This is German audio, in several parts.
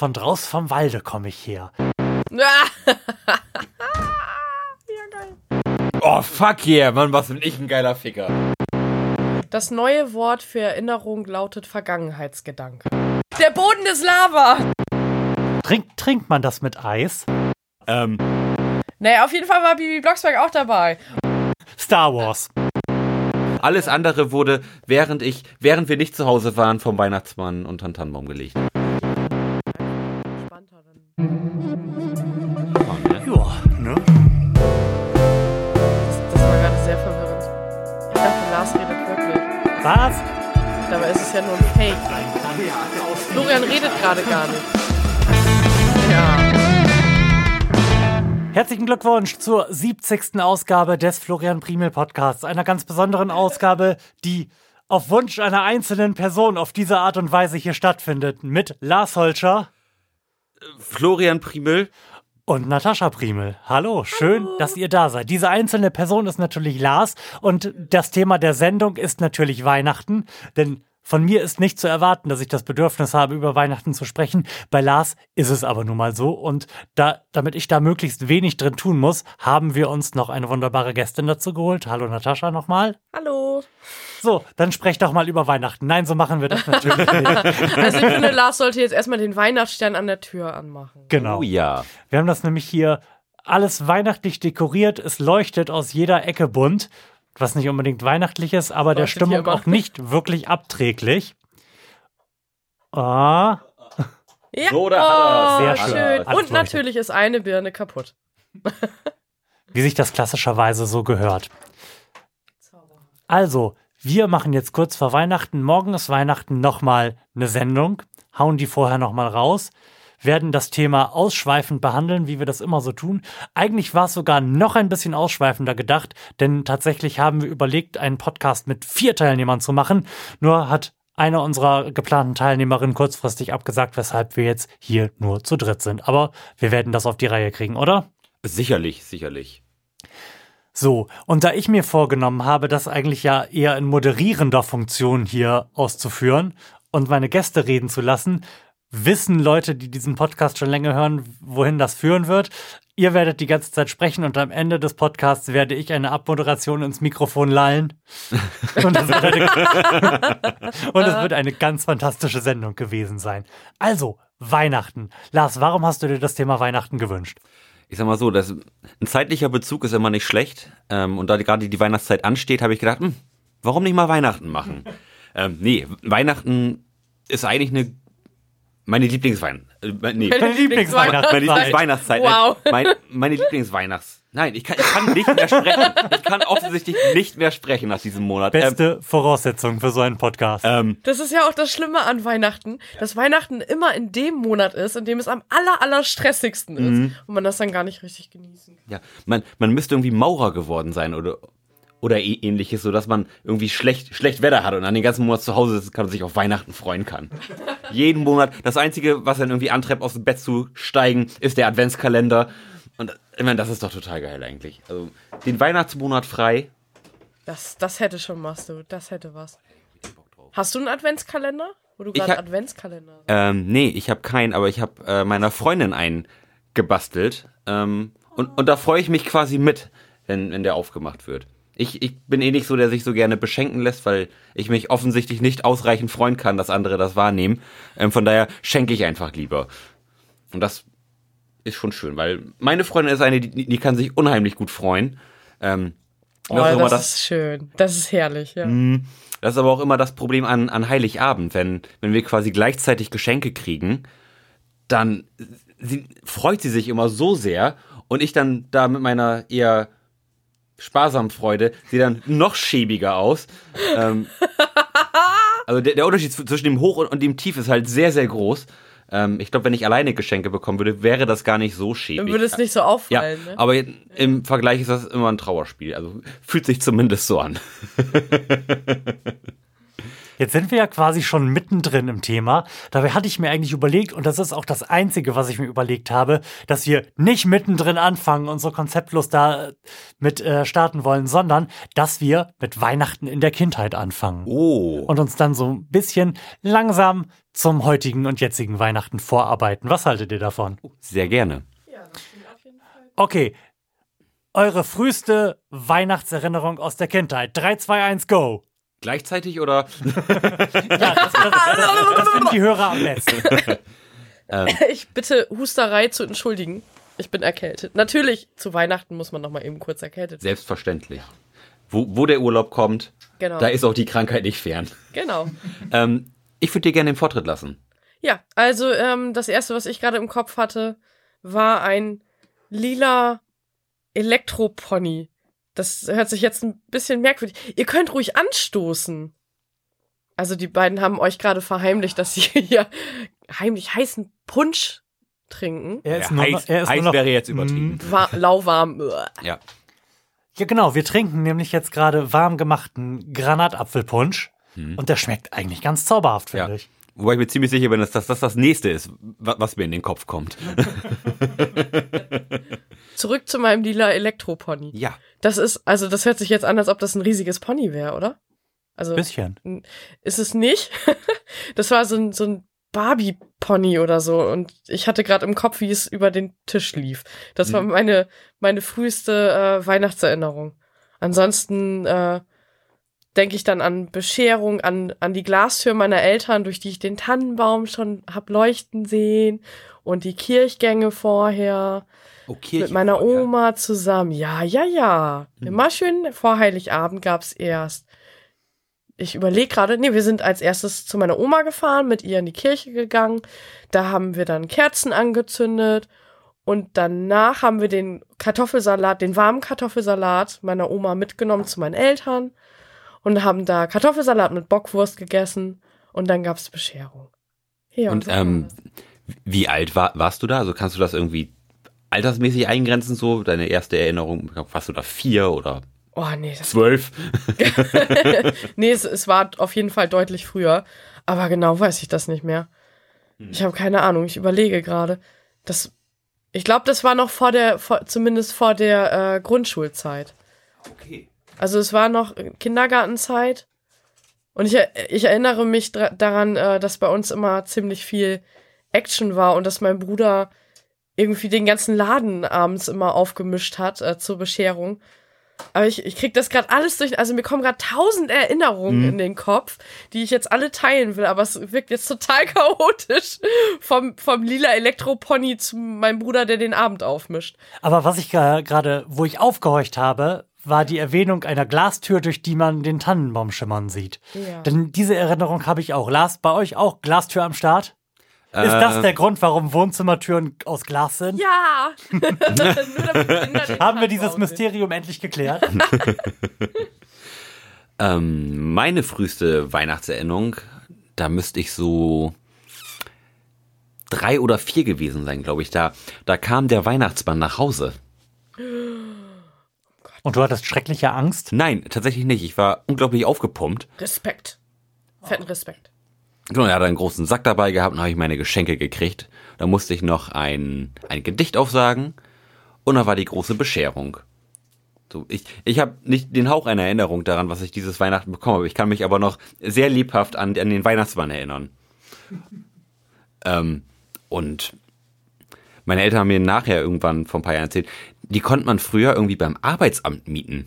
von draus vom Walde komme ich her. Ja, geil. Oh, fuck yeah, Mann, was bin ich ein geiler Ficker. Das neue Wort für Erinnerung lautet Vergangenheitsgedanke. Der Boden ist Lava! Trinkt man das mit Eis? Naja, auf jeden Fall war Bibi Blocksberg auch dabei. Star Wars. Alles andere wurde, während wir nicht zu Hause waren, vom Weihnachtsmann unter den Tannenbaum gelegt. Entspannter dann. Ja, ne? Das war gerade sehr verwirrend. Ich dachte, Lars redet wirklich. Was? Dabei ist es ja nur ein Fake. Florian redet gerade gar nicht. Ja. Herzlichen Glückwunsch zur 70. Ausgabe des Florian Primel Podcasts. Einer ganz besonderen Ausgabe, die auf Wunsch einer einzelnen Person auf diese Art und Weise hier stattfindet. Mit Lars Holscher. Florian Primel. Und Natascha Primel. Hallo, schön, dass ihr da seid. Diese einzelne Person ist natürlich Lars und das Thema der Sendung ist natürlich Weihnachten, denn von mir ist nicht zu erwarten, dass ich das Bedürfnis habe, über Weihnachten zu sprechen. Bei Lars ist es aber nun mal so und damit ich da möglichst wenig drin tun muss, haben wir uns noch eine wunderbare Gästin dazu geholt. Hallo Natascha nochmal. Hallo. So, dann sprech doch mal über Weihnachten. Nein, so machen wir das natürlich nicht. Also ich finde, Lars sollte jetzt erstmal den Weihnachtsstern an der Tür anmachen. Genau. Oh ja. Wir haben das nämlich hier alles weihnachtlich dekoriert. Es leuchtet aus jeder Ecke bunt, was nicht unbedingt weihnachtlich ist, aber der Stimmung auch nicht wirklich abträglich. Ah. Ja, So, da hat Sehr oh, schön. schön. Alles Und natürlich ist eine Birne kaputt. Wie sich das klassischerweise so gehört. Also, wir machen jetzt kurz vor Weihnachten, morgen ist Weihnachten, nochmal eine Sendung, hauen die vorher nochmal raus, werden das Thema ausschweifend behandeln, wie wir das immer so tun. Eigentlich war es sogar noch ein bisschen ausschweifender gedacht, denn tatsächlich haben wir überlegt, einen Podcast mit 4 Teilnehmern zu machen. Nur hat eine unserer geplanten Teilnehmerinnen kurzfristig abgesagt, weshalb wir jetzt hier nur zu dritt sind. Aber wir werden das auf die Reihe kriegen, oder? Sicherlich, sicherlich. So, und da ich mir vorgenommen habe, das eigentlich ja eher in moderierender Funktion hier auszuführen und meine Gäste reden zu lassen, wissen Leute, die diesen Podcast schon länger hören, wohin das führen wird. Ihr werdet die ganze Zeit sprechen und am Ende des Podcasts werde ich eine Abmoderation ins Mikrofon lallen. Und es wird eine ganz fantastische Sendung gewesen sein. Also, Weihnachten. Lars, warum hast du dir das Thema Weihnachten gewünscht? Ich sag mal so, ein zeitlicher Bezug ist immer nicht schlecht. Und da gerade die Weihnachtszeit ansteht, habe ich gedacht, warum nicht mal Weihnachten machen? Nee, Weihnachten ist eigentlich meine Lieblingsweihnachtszeit. Wow. Meine Lieblingsweihnachts. Nein, ich kann nicht mehr sprechen. Ich kann offensichtlich nicht mehr sprechen nach diesem Monat. Beste Voraussetzung für so einen Podcast. Das ist ja auch das Schlimme an Weihnachten, dass Weihnachten immer in dem Monat ist, in dem es am aller stressigsten ist und man das dann gar nicht richtig genießen kann. Ja, man müsste irgendwie Maurer geworden sein oder ähnliches, sodass man irgendwie schlecht Wetter hat und an den ganzen Monat zu Hause sitzen kann und sich auf Weihnachten freuen kann. Jeden Monat. Das Einzige, was dann irgendwie antreibt, aus dem Bett zu steigen, ist der Adventskalender. Und ich meine, das ist doch total geil eigentlich. Also den Weihnachtsmonat frei. Das hätte schon was, du. Das hätte was. Hast du einen Adventskalender? Wo du gerade Adventskalender hast? Nee, ich habe keinen, aber ich habe meiner Freundin einen gebastelt. Und da freue ich mich quasi mit, wenn der aufgemacht wird. Ich bin nicht so, der sich so gerne beschenken lässt, weil ich mich offensichtlich nicht ausreichend freuen kann, dass andere das wahrnehmen. Von daher schenke ich einfach lieber. Und das ist schon schön, weil meine Freundin ist eine, die kann sich unheimlich gut freuen. Das ist schön. Das ist herrlich, ja. Das ist aber auch immer das Problem an Heiligabend, wenn wir quasi gleichzeitig Geschenke kriegen, dann freut sie sich immer so sehr und ich dann da mit meiner eher sparsamen Freude sehe dann noch schäbiger aus. Also der Unterschied zwischen dem Hoch und dem Tief ist halt sehr, sehr groß. Ich glaube, wenn ich alleine Geschenke bekommen würde, wäre das gar nicht so schäbig. Dann würde es nicht so auffallen, ja, ne? Aber im Vergleich ist das immer ein Trauerspiel. Also fühlt sich zumindest so an. Jetzt sind wir ja quasi schon mittendrin im Thema. Dabei hatte ich mir eigentlich überlegt, und das ist auch das Einzige, was ich mir überlegt habe, dass wir nicht mittendrin anfangen und so konzeptlos da mit starten wollen, sondern dass wir mit Weihnachten in der Kindheit anfangen. Oh. Und uns dann so ein bisschen langsam zum heutigen und jetzigen Weihnachten vorarbeiten. Was haltet ihr davon? Sehr gerne. Ja, das stimmt auf jeden Fall. Okay, eure früheste Weihnachtserinnerung aus der Kindheit. 3, 2, 1, go! Gleichzeitig oder? Ja, das finden die Hörer am besten. Ich bitte Husterei zu entschuldigen. Ich bin erkältet. Natürlich, zu Weihnachten muss man noch mal eben kurz erkältet werden. Selbstverständlich. Wo der Urlaub kommt, Genau. da ist auch die Krankheit nicht fern. Genau. Ich würde dir gerne den Vortritt lassen. Ja, also das erste, was ich gerade im Kopf hatte, war ein lila Elektropony. Das hört sich jetzt ein bisschen merkwürdig. Ihr könnt ruhig anstoßen. Also die beiden haben euch gerade verheimlicht, dass sie hier heimlich heißen Punsch trinken. Er ist Ja, nur heiß noch, er ist nur noch, wäre jetzt übertrieben. Lauwarm. Ja. Ja, genau. Wir trinken nämlich jetzt gerade warm gemachten Granatapfelpunsch. Und der schmeckt eigentlich ganz zauberhaft, finde Ja. ich. Wobei ich mir ziemlich sicher bin, dass das nächste ist, was mir in den Kopf kommt. Zurück zu meinem lila Elektropony. Ja. Das hört sich jetzt an, als ob das ein riesiges Pony wäre, oder? Also Bisschen. ist es nicht. Das war so ein Barbie-Pony oder so. Und ich hatte gerade im Kopf, wie es über den Tisch lief. Das war meine früheste Weihnachtserinnerung. Ansonsten denke ich dann an Bescherung, an die Glastür meiner Eltern, durch die ich den Tannenbaum schon hab leuchten sehen. Und die Kirchgänge vorher. Oh, Kirche Mit meiner vorher. Oma zusammen. Ja. Immer schön vor Heiligabend gab's erst. Ich überlege gerade, wir sind als erstes zu meiner Oma gefahren, mit ihr in die Kirche gegangen. Da haben wir dann Kerzen angezündet. Und danach haben wir den warmen Kartoffelsalat meiner Oma mitgenommen zu meinen Eltern. Und haben da Kartoffelsalat mit Bockwurst gegessen. Und dann gab's Bescherung. Ja, Und so. wie alt warst du da? Also kannst du das irgendwie altersmäßig eingrenzen, so deine erste Erinnerung? Warst du da 4 oder Oh, nee. 12? Nee, es war auf jeden Fall deutlich früher. Aber genau weiß ich das nicht mehr. Ich habe keine Ahnung. Ich überlege gerade. Ich glaube, das war noch zumindest vor der Grundschulzeit. Okay. Also es war noch Kindergartenzeit. Und ich erinnere mich daran, dass bei uns immer ziemlich viel Action war und dass mein Bruder irgendwie den ganzen Laden abends immer aufgemischt hat zur Bescherung. Aber ich krieg das gerade alles durch, also mir kommen gerade 1000 Erinnerungen in den Kopf, die ich jetzt alle teilen will, aber es wirkt jetzt total chaotisch vom lila Elektropony zu meinem Bruder, der den Abend aufmischt. Aber was ich gerade, wo ich aufgehorcht habe, war die Erwähnung einer Glastür, durch die man den Tannenbaum schimmern sieht. Ja. Denn diese Erinnerung habe ich auch. Lars, bei euch auch Glastür am Start? Ist das der Grund, warum Wohnzimmertüren aus Glas sind? Ja! Nur damit Kinder den Haben wir Tannenbaum dieses sehen. Mysterium endlich geklärt? Meine früheste Weihnachtserinnerung, da müsste ich so 3 oder 4 gewesen sein, glaube ich. Da kam der Weihnachtsmann nach Hause. Und du hattest schreckliche Angst? Nein, tatsächlich nicht. Ich war unglaublich aufgepumpt. Respekt. Fetten Respekt. Genau, er hat einen großen Sack dabei gehabt und habe ich meine Geschenke gekriegt. Da musste ich noch ein Gedicht aufsagen und da war die große Bescherung. So, ich habe nicht den Hauch einer Erinnerung daran, was ich dieses Weihnachten bekommen habe. Ich kann mich aber noch sehr lebhaft an den Weihnachtsmann erinnern. Und meine Eltern haben mir nachher irgendwann vor ein paar Jahren erzählt, die konnte man früher irgendwie beim Arbeitsamt mieten.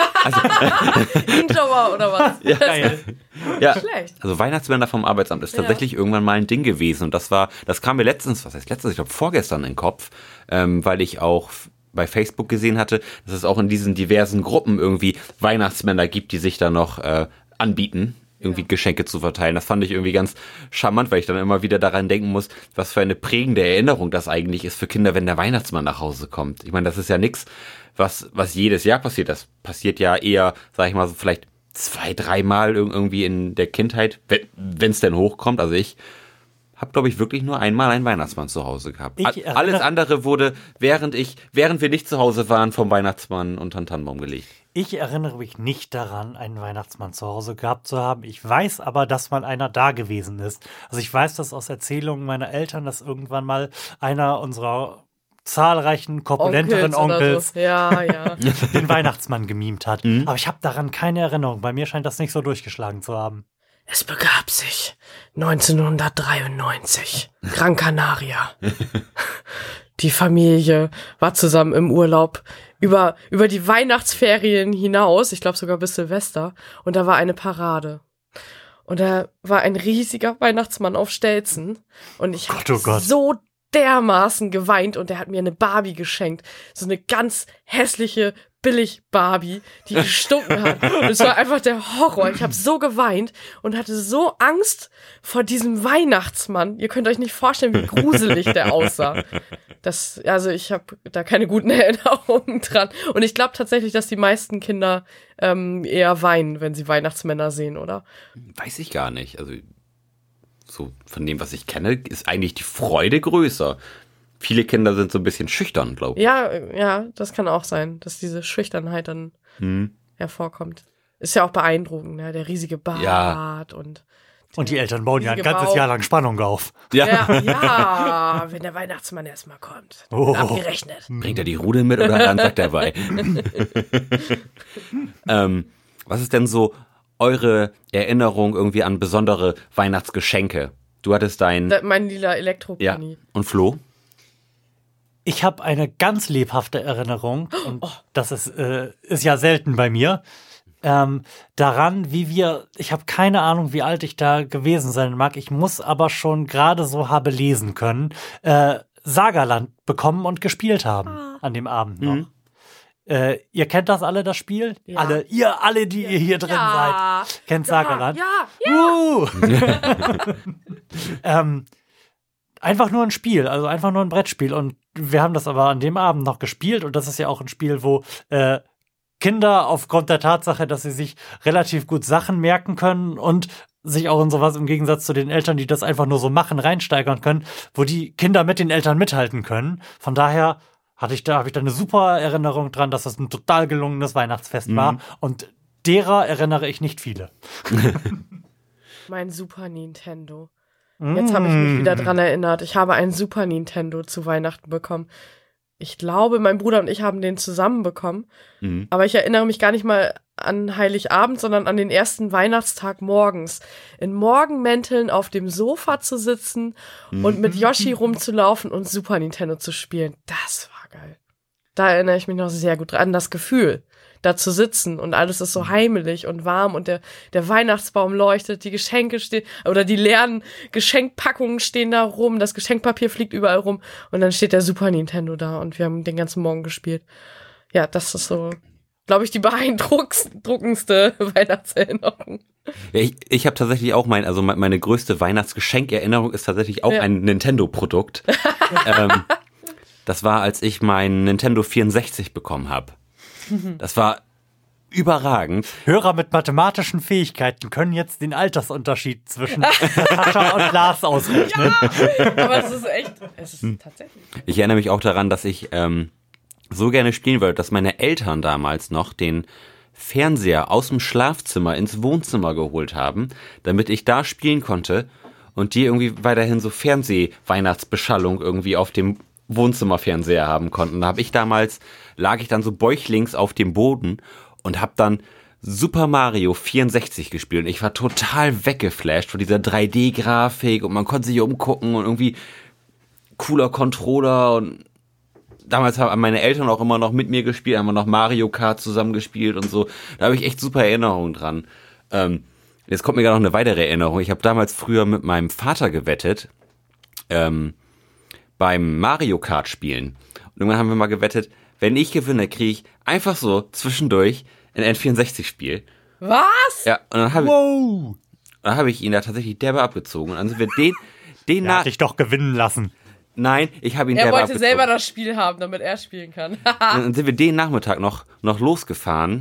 Indoor oder was? Ja, Geil. ja. Schlecht. Also Weihnachtsmänner vom Arbeitsamt ist tatsächlich irgendwann mal ein Ding gewesen. Und das kam mir letztens, ich glaube vorgestern in den Kopf, weil ich auch bei Facebook gesehen hatte, dass es auch in diesen diversen Gruppen irgendwie Weihnachtsmänner gibt, die sich da noch anbieten, irgendwie Geschenke zu verteilen. Das fand ich irgendwie ganz charmant, weil ich dann immer wieder daran denken muss, was für eine prägende Erinnerung das eigentlich ist für Kinder, wenn der Weihnachtsmann nach Hause kommt. Ich meine, das ist ja nichts, was jedes Jahr passiert. Das passiert ja eher, sag ich mal, so vielleicht 2-3 Mal irgendwie in der Kindheit, wenn es denn hochkommt. Also ich habe, glaube ich, wirklich nur einmal einen Weihnachtsmann zu Hause gehabt. Ich Alles andere wurde, während wir nicht zu Hause waren, vom Weihnachtsmann unter den Tannenbaum gelegt. Ich erinnere mich nicht daran, einen Weihnachtsmann zu Hause gehabt zu haben. Ich weiß aber, dass mal einer da gewesen ist. Also ich weiß das aus Erzählungen meiner Eltern, dass irgendwann mal einer unserer zahlreichen, korpulenteren Onkels So. Ja. den Weihnachtsmann gemimt hat. Aber ich habe daran keine Erinnerung. Bei mir scheint das nicht so durchgeschlagen zu haben. Es begab sich 1993. Gran Canaria. Die Familie war zusammen im Urlaub über die Weihnachtsferien hinaus, ich glaube sogar bis Silvester, und da war eine Parade. Und da war ein riesiger Weihnachtsmann auf Stelzen und ich habe so dermaßen geweint und der hat mir eine Barbie geschenkt. So eine ganz hässliche Billig-Barbie, die gestunken hat. Und es war einfach der Horror. Ich habe so geweint und hatte so Angst vor diesem Weihnachtsmann. Ihr könnt euch nicht vorstellen, wie gruselig der aussah. Ich habe da keine guten Erinnerungen dran. Und ich glaube tatsächlich, dass die meisten Kinder eher weinen, wenn sie Weihnachtsmänner sehen, oder? Weiß ich gar nicht. Also so von dem, was ich kenne, ist eigentlich die Freude größer. Viele Kinder sind so ein bisschen schüchtern, glaube ich. Ja, das kann auch sein, dass diese Schüchternheit dann hervorkommt. Ist ja auch beeindruckend, ne? Der riesige Bart und die Eltern bauen ja ein ganzes Jahr lang Spannung auf. Ja, wenn der Weihnachtsmann erstmal kommt. Abgerechnet. Bringt er die Rudel mit oder dann sagt er bei? Was ist denn so eure Erinnerung irgendwie an besondere Weihnachtsgeschenke? Du hattest mein lila Elektropony. Ja. Und Flo? Ich habe eine ganz lebhafte Erinnerung, und das ist ja selten bei mir, daran, ich habe keine Ahnung, wie alt ich da gewesen sein mag, ich muss aber schon gerade so habe lesen können, Sagerland bekommen und gespielt haben an dem Abend noch. Ihr kennt das alle, das Spiel? Ja. Alle, die ihr hier drin seid, kennt Sagerland? Ja. Einfach nur ein Spiel, also einfach nur ein Brettspiel. Und wir haben das aber an dem Abend noch gespielt. Und das ist ja auch ein Spiel, wo Kinder aufgrund der Tatsache, dass sie sich relativ gut Sachen merken können und sich auch in sowas im Gegensatz zu den Eltern, die das einfach nur so machen, reinsteigern können, wo die Kinder mit den Eltern mithalten können. Von daher habe ich da eine super Erinnerung dran, dass das ein total gelungenes Weihnachtsfest war. Und derer erinnere ich nicht viele. Mein Super Nintendo. Jetzt habe ich mich wieder dran erinnert. Ich habe einen Super Nintendo zu Weihnachten bekommen. Ich glaube, mein Bruder und ich haben den zusammen bekommen. Aber ich erinnere mich gar nicht mal an Heiligabend, sondern an den ersten Weihnachtstag morgens. In Morgenmänteln auf dem Sofa zu sitzen und mit Yoshi rumzulaufen und Super Nintendo zu spielen. Das war geil. Da erinnere ich mich noch sehr gut dran, an das Gefühl, da zu sitzen und alles ist so heimelig und warm und der Weihnachtsbaum leuchtet, die Geschenke stehen, oder die leeren Geschenkpackungen stehen da rum, das Geschenkpapier fliegt überall rum und dann steht der Super Nintendo da und wir haben den ganzen Morgen gespielt. Ja, das ist so, glaube ich, die beeindruckendste Weihnachtserinnerung. Ja, ich habe tatsächlich auch meine größte Weihnachtsgeschenkerinnerung ist tatsächlich auch ein Nintendo-Produkt. Das war, als ich meinen Nintendo 64 bekommen habe. Das war überragend. Hörer mit mathematischen Fähigkeiten können jetzt den Altersunterschied zwischen Natascha und Lars ausrechnen. Ja, aber es ist tatsächlich. Ich erinnere mich auch daran, dass ich so gerne spielen wollte, dass meine Eltern damals noch den Fernseher aus dem Schlafzimmer ins Wohnzimmer geholt haben, damit ich da spielen konnte und die irgendwie weiterhin so Fernseh-Weihnachtsbeschallung irgendwie auf dem Wohnzimmerfernseher haben konnten. Da lag ich dann so bäuchlings auf dem Boden und habe dann Super Mario 64 gespielt. Und ich war total weggeflasht von dieser 3D-Grafik und man konnte sich umgucken und irgendwie cooler Controller. Und damals haben meine Eltern auch immer noch mit mir gespielt, haben wir noch Mario Kart zusammengespielt und so. Da habe ich echt super Erinnerungen dran. Jetzt kommt mir gerade noch eine weitere Erinnerung. Ich habe damals früher mit meinem Vater gewettet, beim Mario Kart spielen. Und irgendwann haben wir mal gewettet, wenn ich gewinne, kriege ich einfach so zwischendurch ein N64-Spiel. Was? Ja, und dann habe ich ihn da tatsächlich derbe abgezogen. Und dann sind wir den Hat dich doch gewinnen lassen. Nein, ich habe ihn derbe derbe abgezogen. Er wollte selber das Spiel haben, damit er spielen kann. Und dann sind wir den Nachmittag noch losgefahren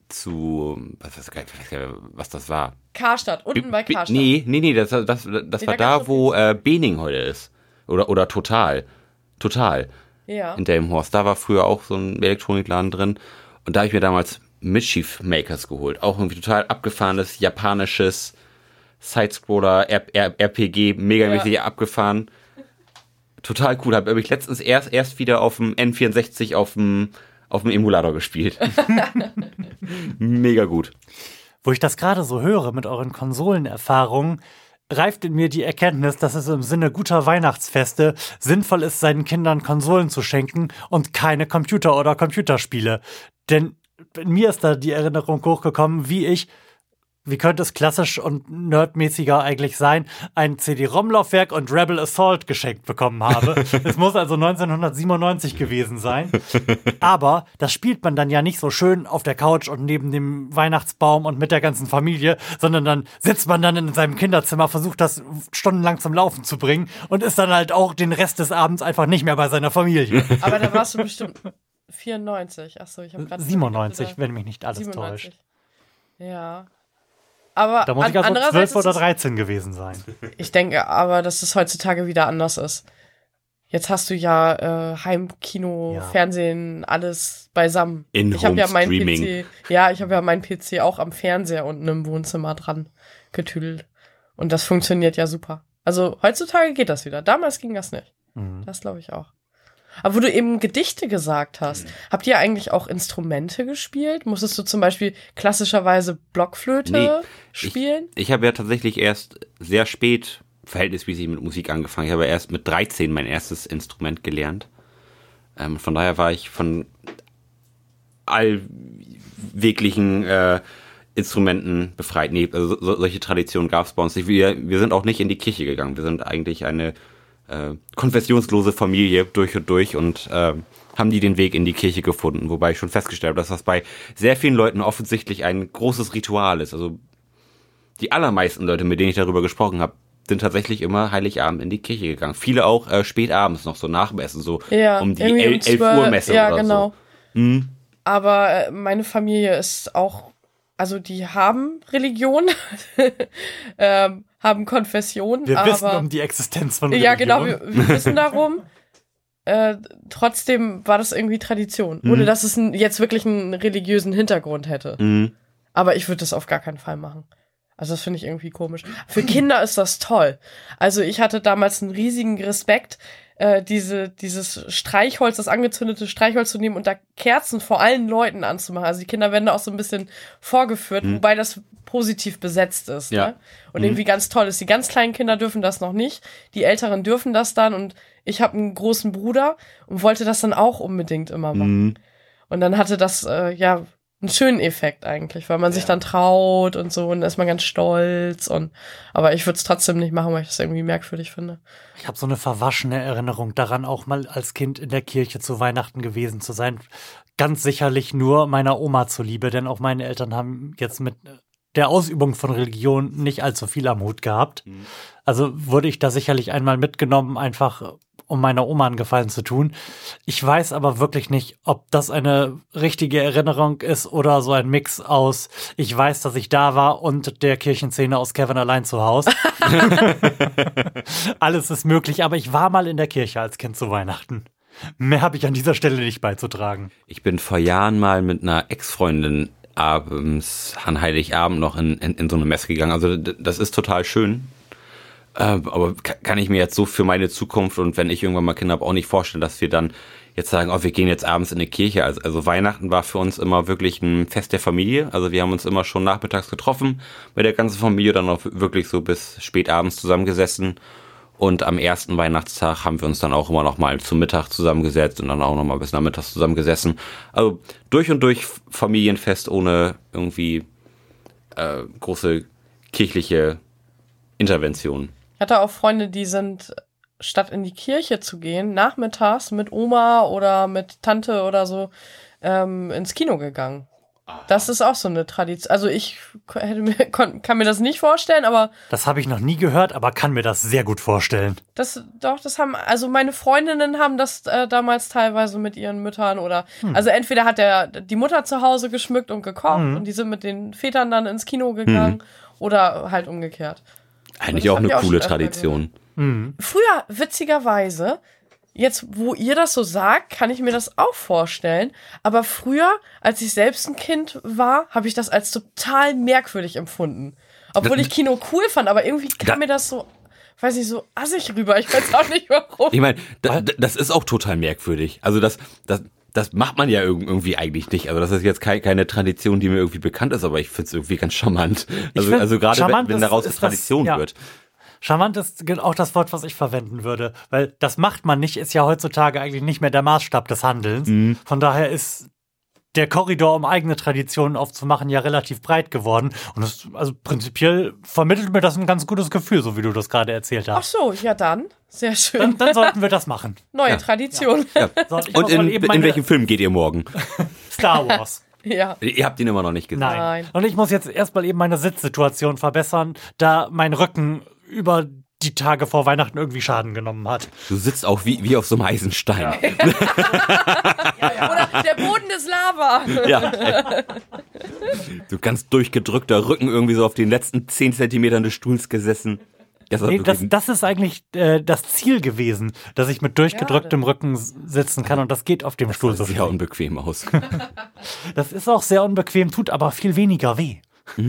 was das war. Karstadt, unten bei Karstadt. Nee, das war da, wo Bening heute ist. Oder Total. Ja. In Delmenhorst. Da war früher auch so ein Elektronikladen drin. Und da habe ich mir damals Mischief Makers geholt. Auch irgendwie total abgefahrenes, japanisches Sidescroller, RPG, megamäßig abgefahren. Total cool. Habe ich letztens erst wieder auf dem N64 auf dem Emulator gespielt. Mega gut. Wo ich das gerade so höre mit euren Konsolenerfahrungen, reift in mir die Erkenntnis, dass es im Sinne guter Weihnachtsfeste sinnvoll ist, seinen Kindern Konsolen zu schenken und keine Computer oder Computerspiele. Denn in mir ist da die Erinnerung hochgekommen, wie könnte es klassisch und nerdmäßiger eigentlich sein, ein CD-ROM-Laufwerk und Rebel Assault geschenkt bekommen habe. Es muss also 1997 gewesen sein. Aber das spielt man dann ja nicht so schön auf der Couch und neben dem Weihnachtsbaum und mit der ganzen Familie, sondern dann sitzt man dann in seinem Kinderzimmer, versucht das stundenlang zum Laufen zu bringen und ist dann halt auch den Rest des Abends einfach nicht mehr bei seiner Familie. Aber da warst du bestimmt 94. Achso, ich habe gerade 97, wenn mich nicht alles 97. täuscht. Ja. Aber da muss ich also 12 oder 13 gewesen sein. Ich denke aber, dass es heutzutage wieder anders ist. Jetzt hast du ja Heimkino, Fernsehen, alles beisammen. Ich habe ja meinen PC. Ja, ich habe ja meinen PC auch am Fernseher unten im Wohnzimmer dran getüdelt. Und das funktioniert ja super. Also heutzutage geht das wieder. Damals ging das nicht. Mhm. Das glaube ich auch. Aber wo du eben Gedichte gesagt hast, habt ihr eigentlich auch Instrumente gespielt? Musstest du zum Beispiel klassischerweise Blockflöte spielen? Ich habe ja tatsächlich erst sehr spät verhältnismäßig mit Musik angefangen. Ich habe erst mit 13 mein erstes Instrument gelernt. Von daher war ich von allweglichen Instrumenten befreit. Nee, also solche Traditionen gab es bei uns nicht. Wir sind auch nicht in die Kirche gegangen. Wir sind eigentlich eine konfessionslose Familie durch und haben die den Weg in die Kirche gefunden. Wobei ich schon festgestellt habe, dass das bei sehr vielen Leuten offensichtlich ein großes Ritual ist. Also die allermeisten Leute, mit denen ich darüber gesprochen habe, sind tatsächlich immer Heiligabend in die Kirche gegangen. Viele auch spät abends noch so nachmessen, so um die 11 Uhr Messe oder genau. So. Mhm. Aber meine Familie ist auch, also die haben Religion, haben Konfession. Wir wissen um die Existenz von Religion. Ja, genau, wir wissen darum. Trotzdem war das irgendwie Tradition, ohne dass es jetzt wirklich einen religiösen Hintergrund hätte. Mhm. Aber ich würde das auf gar keinen Fall machen. Also das finde ich irgendwie komisch. Für Kinder ist das toll. Also ich hatte damals einen riesigen Respekt, dieses Streichholz, das angezündete Streichholz zu nehmen und da Kerzen vor allen Leuten anzumachen. Also die Kinder werden da auch so ein bisschen vorgeführt, wobei das positiv besetzt ist. Ja. Ne? Und irgendwie ganz toll ist. Die ganz kleinen Kinder dürfen das noch nicht. Die Älteren dürfen das dann. Und ich habe einen großen Bruder und wollte das dann auch unbedingt immer machen. Und dann hatte das, einen schönen Effekt eigentlich, weil man sich dann traut und so und da ist man ganz stolz aber ich würde es trotzdem nicht machen, weil ich das irgendwie merkwürdig finde. Ich habe so eine verwaschene Erinnerung daran, auch mal als Kind in der Kirche zu Weihnachten gewesen zu sein. Ganz sicherlich nur meiner Oma zuliebe, denn auch meine Eltern haben jetzt mit der Ausübung von Religion nicht allzu viel am Hut gehabt. Also wurde ich da sicherlich einmal mitgenommen, einfach um meiner Oma einen Gefallen zu tun. Ich weiß aber wirklich nicht, ob das eine richtige Erinnerung ist oder so ein Mix aus, ich weiß, dass ich da war und der Kirchenszene aus Kevin allein zu Hause. Alles ist möglich, aber ich war mal in der Kirche als Kind zu Weihnachten. Mehr habe ich an dieser Stelle nicht beizutragen. Ich bin vor Jahren mal mit einer Ex-Freundin abends an Heiligabend noch in so eine Messe gegangen. Also das ist total schön. Aber kann ich mir jetzt so für meine Zukunft und wenn ich irgendwann mal Kinder habe, auch nicht vorstellen, dass wir dann jetzt sagen, wir gehen jetzt abends in eine Kirche. Also Weihnachten war für uns immer wirklich ein Fest der Familie. Also wir haben uns immer schon nachmittags getroffen mit der ganzen Familie, dann auch wirklich so bis spät abends zusammengesessen. Und am ersten Weihnachtstag haben wir uns dann auch immer noch mal zum Mittag zusammengesetzt und dann auch noch mal bis nachmittags zusammengesessen. Also durch und durch Familienfest ohne irgendwie große kirchliche Intervention. Ich hatte auch Freunde, die sind, statt in die Kirche zu gehen, nachmittags mit Oma oder mit Tante oder so ins Kino gegangen. Das ist auch so eine Tradition. Also ich kann mir das nicht vorstellen, aber Das habe ich noch nie gehört, aber kann mir das sehr gut vorstellen. das haben, also meine Freundinnen haben das damals teilweise mit ihren Müttern oder, also entweder hat die Mutter zu Hause geschmückt und gekocht und die sind mit den Vätern dann ins Kino gegangen oder halt umgekehrt. Eigentlich auch eine coole Tradition. Früher, witzigerweise, jetzt, wo ihr das so sagt, kann ich mir das auch vorstellen. Aber früher, als ich selbst ein Kind war, habe ich das als total merkwürdig empfunden. Obwohl ich Kino cool fand, aber irgendwie kam mir das so, weiß nicht, so assig rüber. Ich weiß auch nicht warum. Ich meine, das ist auch total merkwürdig. Also das macht man ja irgendwie eigentlich nicht. Also das ist jetzt keine Tradition, die mir irgendwie bekannt ist, aber ich finde es irgendwie ganz charmant. Also gerade wenn daraus eine Tradition wird. Charmant ist auch das Wort, was ich verwenden würde, weil das macht man nicht, ist ja heutzutage eigentlich nicht mehr der Maßstab des Handelns. Von daher ist der Korridor, um eigene Traditionen aufzumachen, ja relativ breit geworden. Und also prinzipiell vermittelt mir das ein ganz gutes Gefühl, so wie du das gerade erzählt hast. Ach so, ja dann. Sehr schön. Dann sollten wir das machen. Neue Tradition. Ja. Und in welchen Film geht ihr morgen? Star Wars. Ja. Ihr habt ihn immer noch nicht gesehen. Nein. Und ich muss jetzt erstmal eben meine Sitzsituation verbessern, da mein Rücken über die Tage vor Weihnachten irgendwie Schaden genommen hat. Du sitzt auch wie auf so einem Eisenstein. Oder der Boden ist Lava. Ja. Du ganz durchgedrückter Rücken irgendwie so auf den letzten 10 Zentimetern des Stuhls gesessen. Das ist eigentlich das Ziel gewesen, dass ich mit durchgedrücktem Rücken sitzen kann und das geht auf dem Stuhl so sehr unbequem aus. Das ist auch sehr unbequem, tut aber viel weniger weh.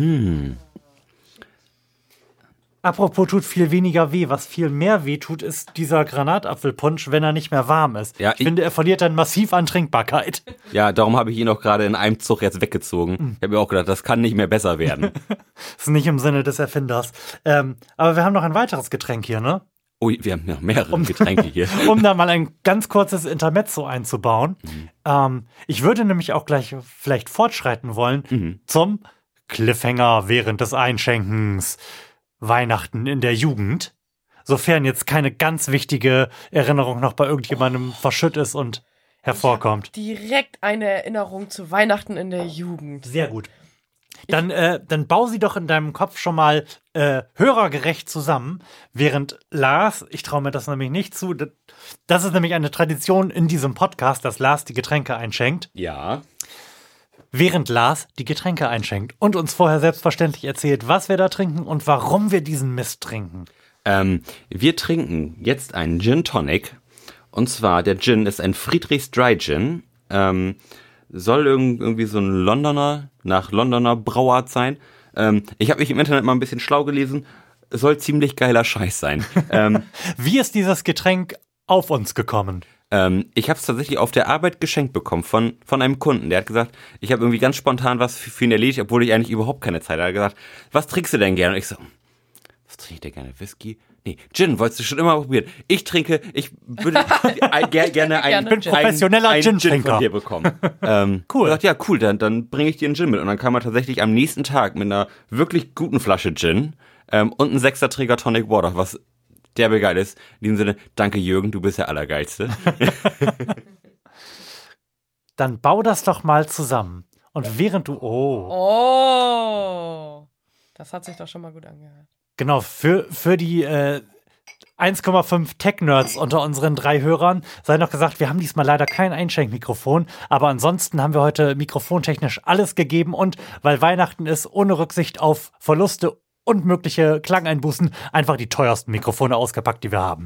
Apropos tut viel weniger weh. Was viel mehr weh tut, ist dieser Granatapfelpunsch, wenn er nicht mehr warm ist. Ja, ich finde, er verliert dann massiv an Trinkbarkeit. Ja, darum habe ich ihn auch gerade in einem Zug jetzt weggezogen. Ich habe mir auch gedacht, das kann nicht mehr besser werden. Das ist nicht im Sinne des Erfinders. Aber wir haben noch ein weiteres Getränk hier, ne? Oh, wir haben noch mehrere Getränke hier. Um da mal ein ganz kurzes Intermezzo einzubauen. Ich würde nämlich auch gleich vielleicht fortschreiten wollen zum Cliffhanger während des Einschenkens. Weihnachten in der Jugend. Sofern jetzt keine ganz wichtige Erinnerung noch bei irgendjemandem verschütt ist und hervorkommt. Direkt eine Erinnerung zu Weihnachten in der Jugend. Sehr gut. Dann bau sie doch in deinem Kopf schon mal hörergerecht zusammen, während Lars, ich traue mir das nämlich nicht zu, das ist nämlich eine Tradition in diesem Podcast, dass Lars die Getränke einschenkt. Ja. Während Lars die Getränke einschenkt und uns vorher selbstverständlich erzählt, was wir da trinken und warum wir diesen Mist trinken. Wir trinken jetzt einen Gin Tonic. Und zwar, der Gin ist ein Friedrichs Dry Gin. Soll irgendwie so ein nach Londoner Brauart sein. Ich habe mich im Internet mal ein bisschen schlau gelesen. Soll ziemlich geiler Scheiß sein. Wie ist dieses Getränk auf uns gekommen? Ich habe es tatsächlich auf der Arbeit geschenkt bekommen von einem Kunden. Der hat gesagt, ich habe irgendwie ganz spontan was für ihn erledigt, obwohl ich eigentlich überhaupt keine Zeit hatte. Er hat gesagt, was trinkst du denn gerne? Und ich so, was trinke ich denn gerne? Whisky? Nee, Gin, wolltest du schon immer probieren. Ich würde gerne einen professioneller Gin Gin-Trinker von dir bekommen. Cool. Ich dachte, ja, cool, dann bringe ich dir einen Gin mit. Und dann kam er tatsächlich am nächsten Tag mit einer wirklich guten Flasche Gin und einen 6er-Träger Tonic Water, was derbe geil ist. In diesem Sinne, danke Jürgen, du bist der Allergeilste. Dann bau das doch mal zusammen. Und während du... Oh. Das hat sich doch schon mal gut angehört. Genau, für die 1,5 Tech-Nerds unter unseren 3 Hörern sei noch gesagt, wir haben diesmal leider kein Einschenkmikrofon, aber ansonsten haben wir heute mikrofontechnisch alles gegeben und weil Weihnachten ist, ohne Rücksicht auf Verluste und mögliche Klangeinbußen einfach die teuersten Mikrofone ausgepackt, die wir haben.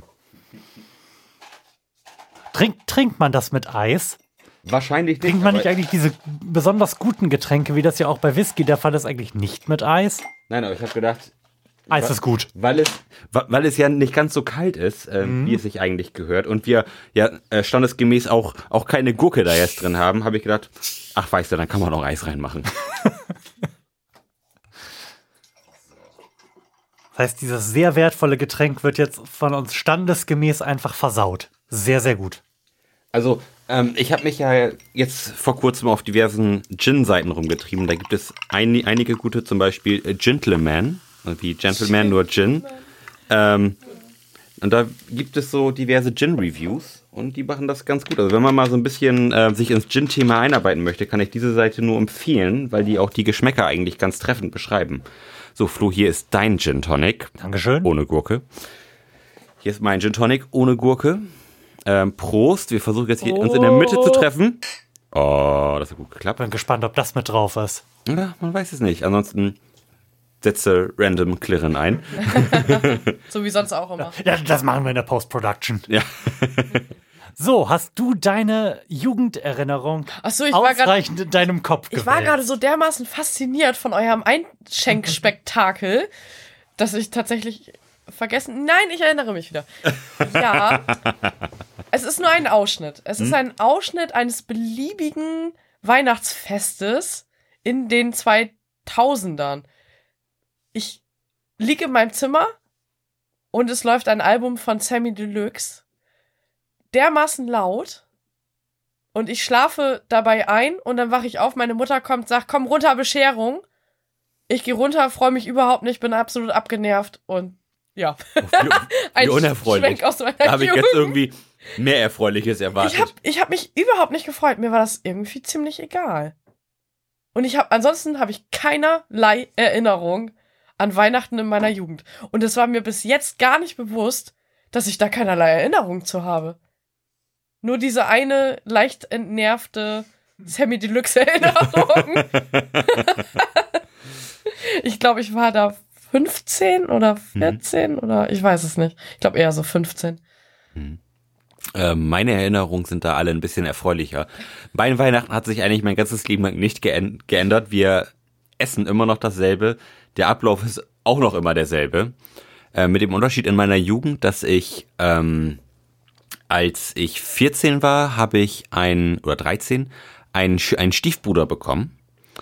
Trinkt man das mit Eis? Wahrscheinlich nicht. Trinkt man nicht eigentlich diese besonders guten Getränke, wie das ja auch bei Whisky der Fall ist, eigentlich nicht mit Eis? Nein, aber ich habe gedacht... Eis ist gut. Weil es ja nicht ganz so kalt ist, wie es sich eigentlich gehört und wir ja standesgemäß auch keine Gurke da jetzt drin haben, habe ich gedacht, ach weißt du, dann kann man auch Eis reinmachen. Das heißt, dieses sehr wertvolle Getränk wird jetzt von uns standesgemäß einfach versaut. Sehr, sehr gut. Also, ich habe mich ja jetzt vor kurzem auf diversen Gin-Seiten rumgetrieben. Da gibt es einige gute, zum Beispiel Gentleman, wie Gentleman, nur Gin. Und da gibt es so diverse Gin-Reviews und die machen das ganz gut. Also wenn man mal so ein bisschen sich ins Gin-Thema einarbeiten möchte, kann ich diese Seite nur empfehlen, weil die auch die Geschmäcker eigentlich ganz treffend beschreiben. So, Flo, hier ist dein Gin Tonic. Dankeschön. Ohne Gurke. Hier ist mein Gin Tonic ohne Gurke. Prost. Wir versuchen jetzt hier uns in der Mitte zu treffen. Oh, das hat gut geklappt. Bin gespannt, ob das mit drauf ist. Ja, man weiß es nicht. Ansonsten setze random Klirren ein. So wie sonst auch immer. Ja, das machen wir in der Post-Production. Ja. So, hast du deine Jugenderinnerung Achso, ich war ausreichend in deinem Kopf gewählt? Ich war gerade so dermaßen fasziniert von eurem Einschenkspektakel, dass ich tatsächlich vergessen... Nein, ich erinnere mich wieder. Ja, es ist nur ein Ausschnitt. Es ist ein Ausschnitt eines beliebigen Weihnachtsfestes in den 2000ern. Ich liege in meinem Zimmer und es läuft ein Album von Samy Deluxe. Dermaßen laut und ich schlafe dabei ein und dann wache ich auf, meine Mutter kommt, sagt, komm runter, Bescherung. Ich gehe runter, freue mich überhaupt nicht, bin absolut abgenervt und ja. Wie unerfreulich. Schwenk aus meiner Da habe ich Jugend. jetzt irgendwie mehr Erfreuliches erwartet. Ich hab mich überhaupt nicht gefreut, mir war das irgendwie ziemlich egal. Und ansonsten habe ich keinerlei Erinnerung an Weihnachten in meiner Jugend. Und es war mir bis jetzt gar nicht bewusst, dass ich da keinerlei Erinnerung zu habe. Nur diese eine leicht entnervte Samy Deluxe Erinnerung. Ich glaube, ich war da 15 oder 14 oder ich weiß es nicht. Ich glaube eher so 15. Meine Erinnerungen sind da alle ein bisschen erfreulicher. Bei Weihnachten hat sich eigentlich mein ganzes Leben lang nicht geändert. Wir essen immer noch dasselbe. Der Ablauf ist auch noch immer derselbe. Mit dem Unterschied in meiner Jugend, dass ich, als ich 14 war, habe ich einen Stiefbruder bekommen.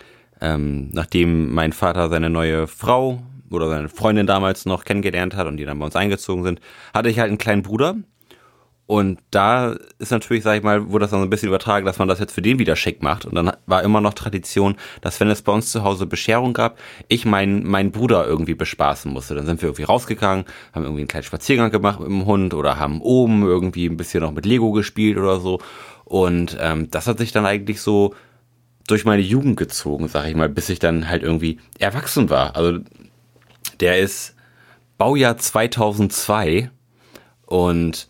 Nachdem mein Vater seine neue Frau oder seine Freundin damals noch kennengelernt hat und die dann bei uns eingezogen sind, hatte ich halt einen kleinen Bruder. Und da ist natürlich, sag ich mal, wurde das dann so ein bisschen übertragen, dass man das jetzt für den wieder schick macht. Und dann war immer noch Tradition, dass wenn es bei uns zu Hause Bescherung gab, ich meinen Bruder irgendwie bespaßen musste. Dann sind wir irgendwie rausgegangen, haben irgendwie einen kleinen Spaziergang gemacht mit dem Hund oder haben oben irgendwie ein bisschen noch mit Lego gespielt oder so. Und das hat sich dann eigentlich so durch meine Jugend gezogen, sag ich mal, bis ich dann halt irgendwie erwachsen war. Also der ist Baujahr 2002 und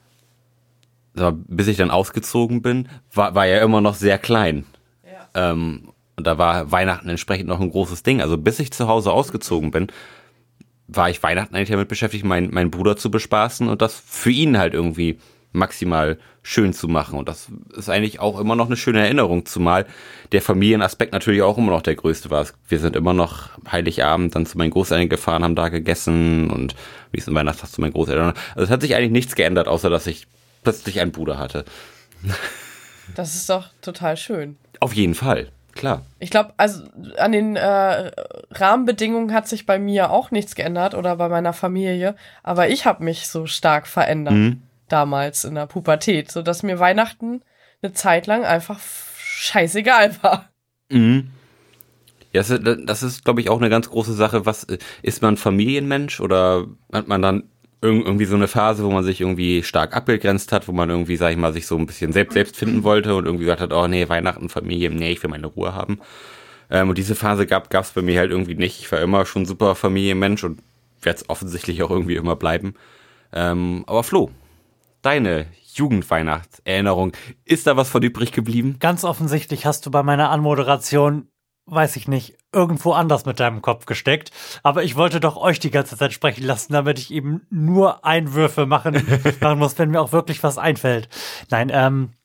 bis ich dann ausgezogen bin, war er immer noch sehr klein. Ja. Und da war Weihnachten entsprechend noch ein großes Ding. Also bis ich zu Hause ausgezogen bin, war ich Weihnachten eigentlich damit beschäftigt, meinen Bruder zu bespaßen und das für ihn halt irgendwie maximal schön zu machen. Und das ist eigentlich auch immer noch eine schöne Erinnerung, zumal der Familienaspekt natürlich auch immer noch der größte war. Wir sind immer noch Heiligabend dann zu meinen Großeltern gefahren, haben da gegessen und wie es in Weihnachten zu meinen Großeltern. Also es hat sich eigentlich nichts geändert, außer dass ich plötzlich einen Bruder hatte. Das ist doch total schön. Auf jeden Fall, klar. Ich glaube, also an den Rahmenbedingungen hat sich bei mir auch nichts geändert oder bei meiner Familie, aber ich habe mich so stark verändert damals in der Pubertät, sodass mir Weihnachten eine Zeit lang einfach scheißegal war. Mhm. Ja, das ist, glaube ich, auch eine ganz große Sache. Ist man Familienmensch oder hat man dann irgendwie so eine Phase, wo man sich irgendwie stark abgegrenzt hat, wo man irgendwie, sag ich mal, sich so ein bisschen selbst finden wollte und irgendwie gesagt hat, oh nee, Weihnachten, Familie, nee, ich will meine Ruhe haben. Und diese Phase gab's bei mir halt irgendwie nicht. Ich war immer schon super Familienmensch und werde es offensichtlich auch irgendwie immer bleiben. Aber Flo, deine Jugendweihnachtserinnerung, ist da was von übrig geblieben? Ganz offensichtlich hast du bei meiner Anmoderation, weiß ich nicht, irgendwo anders mit deinem Kopf gesteckt. Aber ich wollte doch euch die ganze Zeit sprechen lassen, damit ich eben nur Einwürfe machen muss, wenn mir auch wirklich was einfällt. Nein,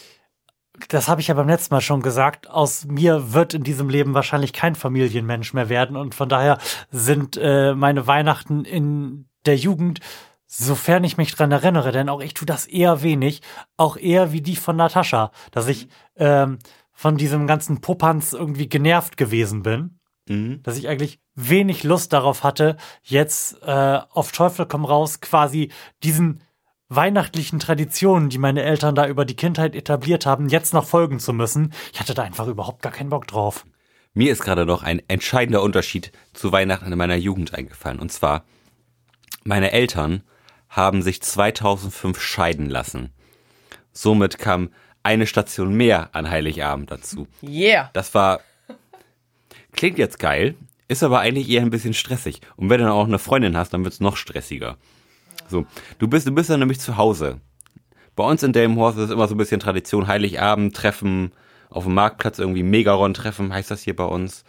das habe ich ja beim letzten Mal schon gesagt. Aus mir wird in diesem Leben wahrscheinlich kein Familienmensch mehr werden. Und von daher sind meine Weihnachten in der Jugend, sofern ich mich dran erinnere, denn auch ich tue das eher wenig, auch eher wie die von Natascha, dass ich von diesem ganzen Popanz irgendwie genervt gewesen bin, dass ich eigentlich wenig Lust darauf hatte, jetzt auf Teufel komm raus quasi diesen weihnachtlichen Traditionen, die meine Eltern da über die Kindheit etabliert haben, jetzt noch folgen zu müssen. Ich hatte da einfach überhaupt gar keinen Bock drauf. Mir ist gerade noch ein entscheidender Unterschied zu Weihnachten in meiner Jugend eingefallen. Und zwar, meine Eltern haben sich 2005 scheiden lassen. Somit kam eine Station mehr an Heiligabend dazu. Yeah. Das war, klingt jetzt geil, ist aber eigentlich eher ein bisschen stressig. Und wenn du dann auch eine Freundin hast, dann wird es noch stressiger. So, du bist dann nämlich zu Hause. Bei uns in Delmenhorst ist es immer so ein bisschen Tradition, Heiligabend, Treffen auf dem Marktplatz, irgendwie Megaron-Treffen heißt das hier bei uns.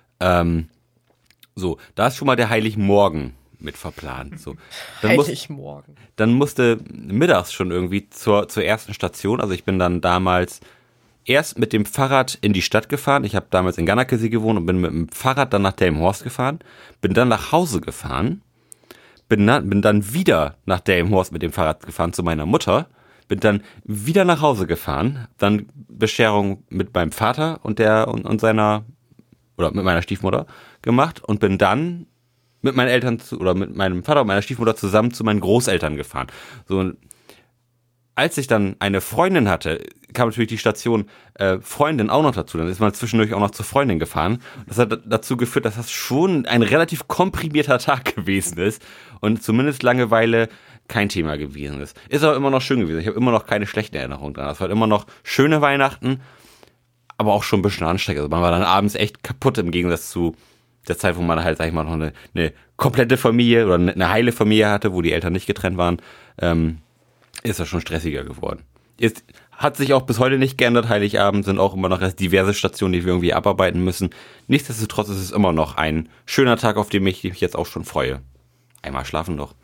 So, da ist schon mal der Heiligmorgen mit verplant. So. Heiligmorgen. Dann musste mittags schon irgendwie zur ersten Station, also ich bin dann damals erst mit dem Fahrrad in die Stadt gefahren. Ich habe damals in Gannakesee gewohnt und bin mit dem Fahrrad dann nach Delmenhorst gefahren, bin dann nach Hause gefahren, bin dann wieder nach Delmenhorst mit dem Fahrrad gefahren zu meiner Mutter, bin dann wieder nach Hause gefahren, dann Bescherung mit meinem Vater und seiner, oder mit meiner Stiefmutter gemacht und bin dann mit meinen Eltern oder mit meinem Vater und meiner Stiefmutter zusammen zu meinen Großeltern gefahren. So, und als ich dann eine Freundin hatte, kam natürlich die Station Freundin auch noch dazu. Dann ist man zwischendurch auch noch zur Freundin gefahren. Das hat dazu geführt, dass das schon ein relativ komprimierter Tag gewesen ist und zumindest Langeweile kein Thema gewesen ist. Ist aber immer noch schön gewesen. Ich habe immer noch keine schlechten Erinnerungen dran. Es war immer noch schöne Weihnachten, aber auch schon ein bisschen anstrengend. Also man war dann abends echt kaputt im Gegensatz zu der Zeit, wo man halt, sag ich mal, noch eine komplette Familie oder eine heile Familie hatte, wo die Eltern nicht getrennt waren, ist das schon stressiger geworden. Hat sich auch bis heute nicht geändert. Heiligabend sind auch immer noch diverse Stationen, die wir irgendwie abarbeiten müssen. Nichtsdestotrotz ist es immer noch ein schöner Tag, auf den ich mich jetzt auch schon freue. Einmal schlafen doch.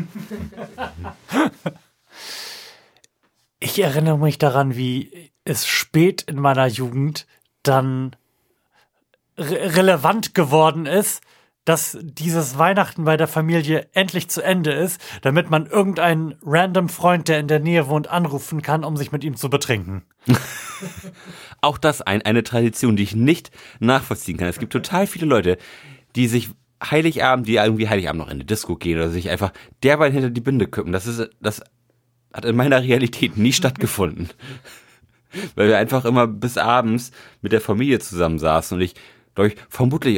Ich erinnere mich daran, wie es spät in meiner Jugend dann relevant geworden ist, dass dieses Weihnachten bei der Familie endlich zu Ende ist, damit man irgendeinen random Freund, der in der Nähe wohnt, anrufen kann, um sich mit ihm zu betrinken. Auch das eine Tradition, die ich nicht nachvollziehen kann. Es gibt total viele Leute, die sich Heiligabend noch in die Disco gehen oder sich einfach derweil hinter die Binde kippen. Das hat in meiner Realität nie stattgefunden. Weil wir einfach immer bis abends mit der Familie zusammensaßen und ich, glaube ich, vermutlich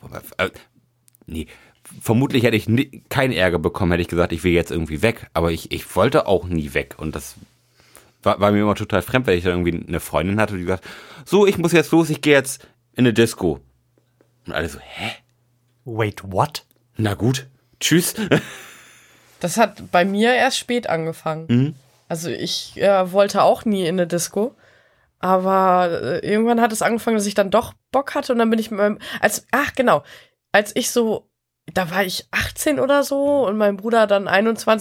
hätte ich keinen Ärger bekommen, hätte ich gesagt, ich will jetzt irgendwie weg. Aber ich wollte auch nie weg. Und das war mir immer total fremd, weil ich dann irgendwie eine Freundin hatte, die gesagt, so, ich muss jetzt los, ich gehe jetzt in eine Disco. Und alle so, hä? Wait, what? Na gut, tschüss. Das hat bei mir erst spät angefangen. Mhm. Also ich wollte auch nie in eine Disco. Aber irgendwann hat es angefangen, dass ich dann doch Bock hatte. Und dann bin ich mit meinem... Als ich so... Da war ich 18 oder so und mein Bruder dann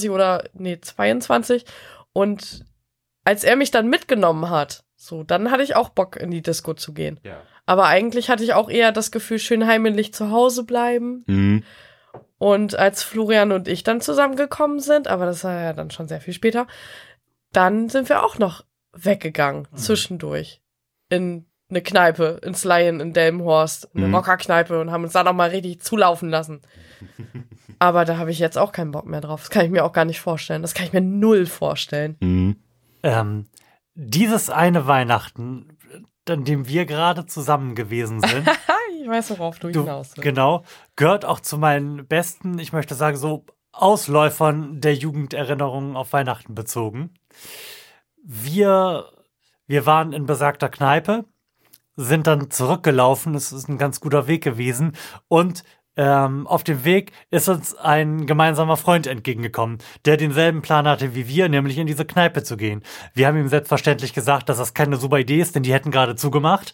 22. Und als er mich dann mitgenommen hat, so, dann hatte ich auch Bock, in die Disco zu gehen. Ja. Aber eigentlich hatte ich auch eher das Gefühl, schön heimlich zu Hause bleiben. Mhm. Und als Florian und ich dann zusammengekommen sind, aber das war ja dann schon sehr viel später, dann sind wir auch noch weggegangen, zwischendurch. In eine Kneipe, ins Lion in Delmenhorst, eine Rockerkneipe und haben uns da nochmal richtig zulaufen lassen. Aber da habe ich jetzt auch keinen Bock mehr drauf. Das kann ich mir auch gar nicht vorstellen. Das kann ich mir null vorstellen. Mhm. Dieses eine Weihnachten, an dem wir gerade zusammen gewesen sind. Ich weiß, worauf du hinaus willst. Genau, gehört auch zu meinen besten, ich möchte sagen, so Ausläufern der Jugenderinnerungen auf Weihnachten bezogen. Wir waren in besagter Kneipe, sind dann zurückgelaufen, es ist ein ganz guter Weg gewesen und auf dem Weg ist uns ein gemeinsamer Freund entgegengekommen, der denselben Plan hatte wie wir, nämlich in diese Kneipe zu gehen. Wir haben ihm selbstverständlich gesagt, dass das keine super Idee ist, denn die hätten gerade zugemacht.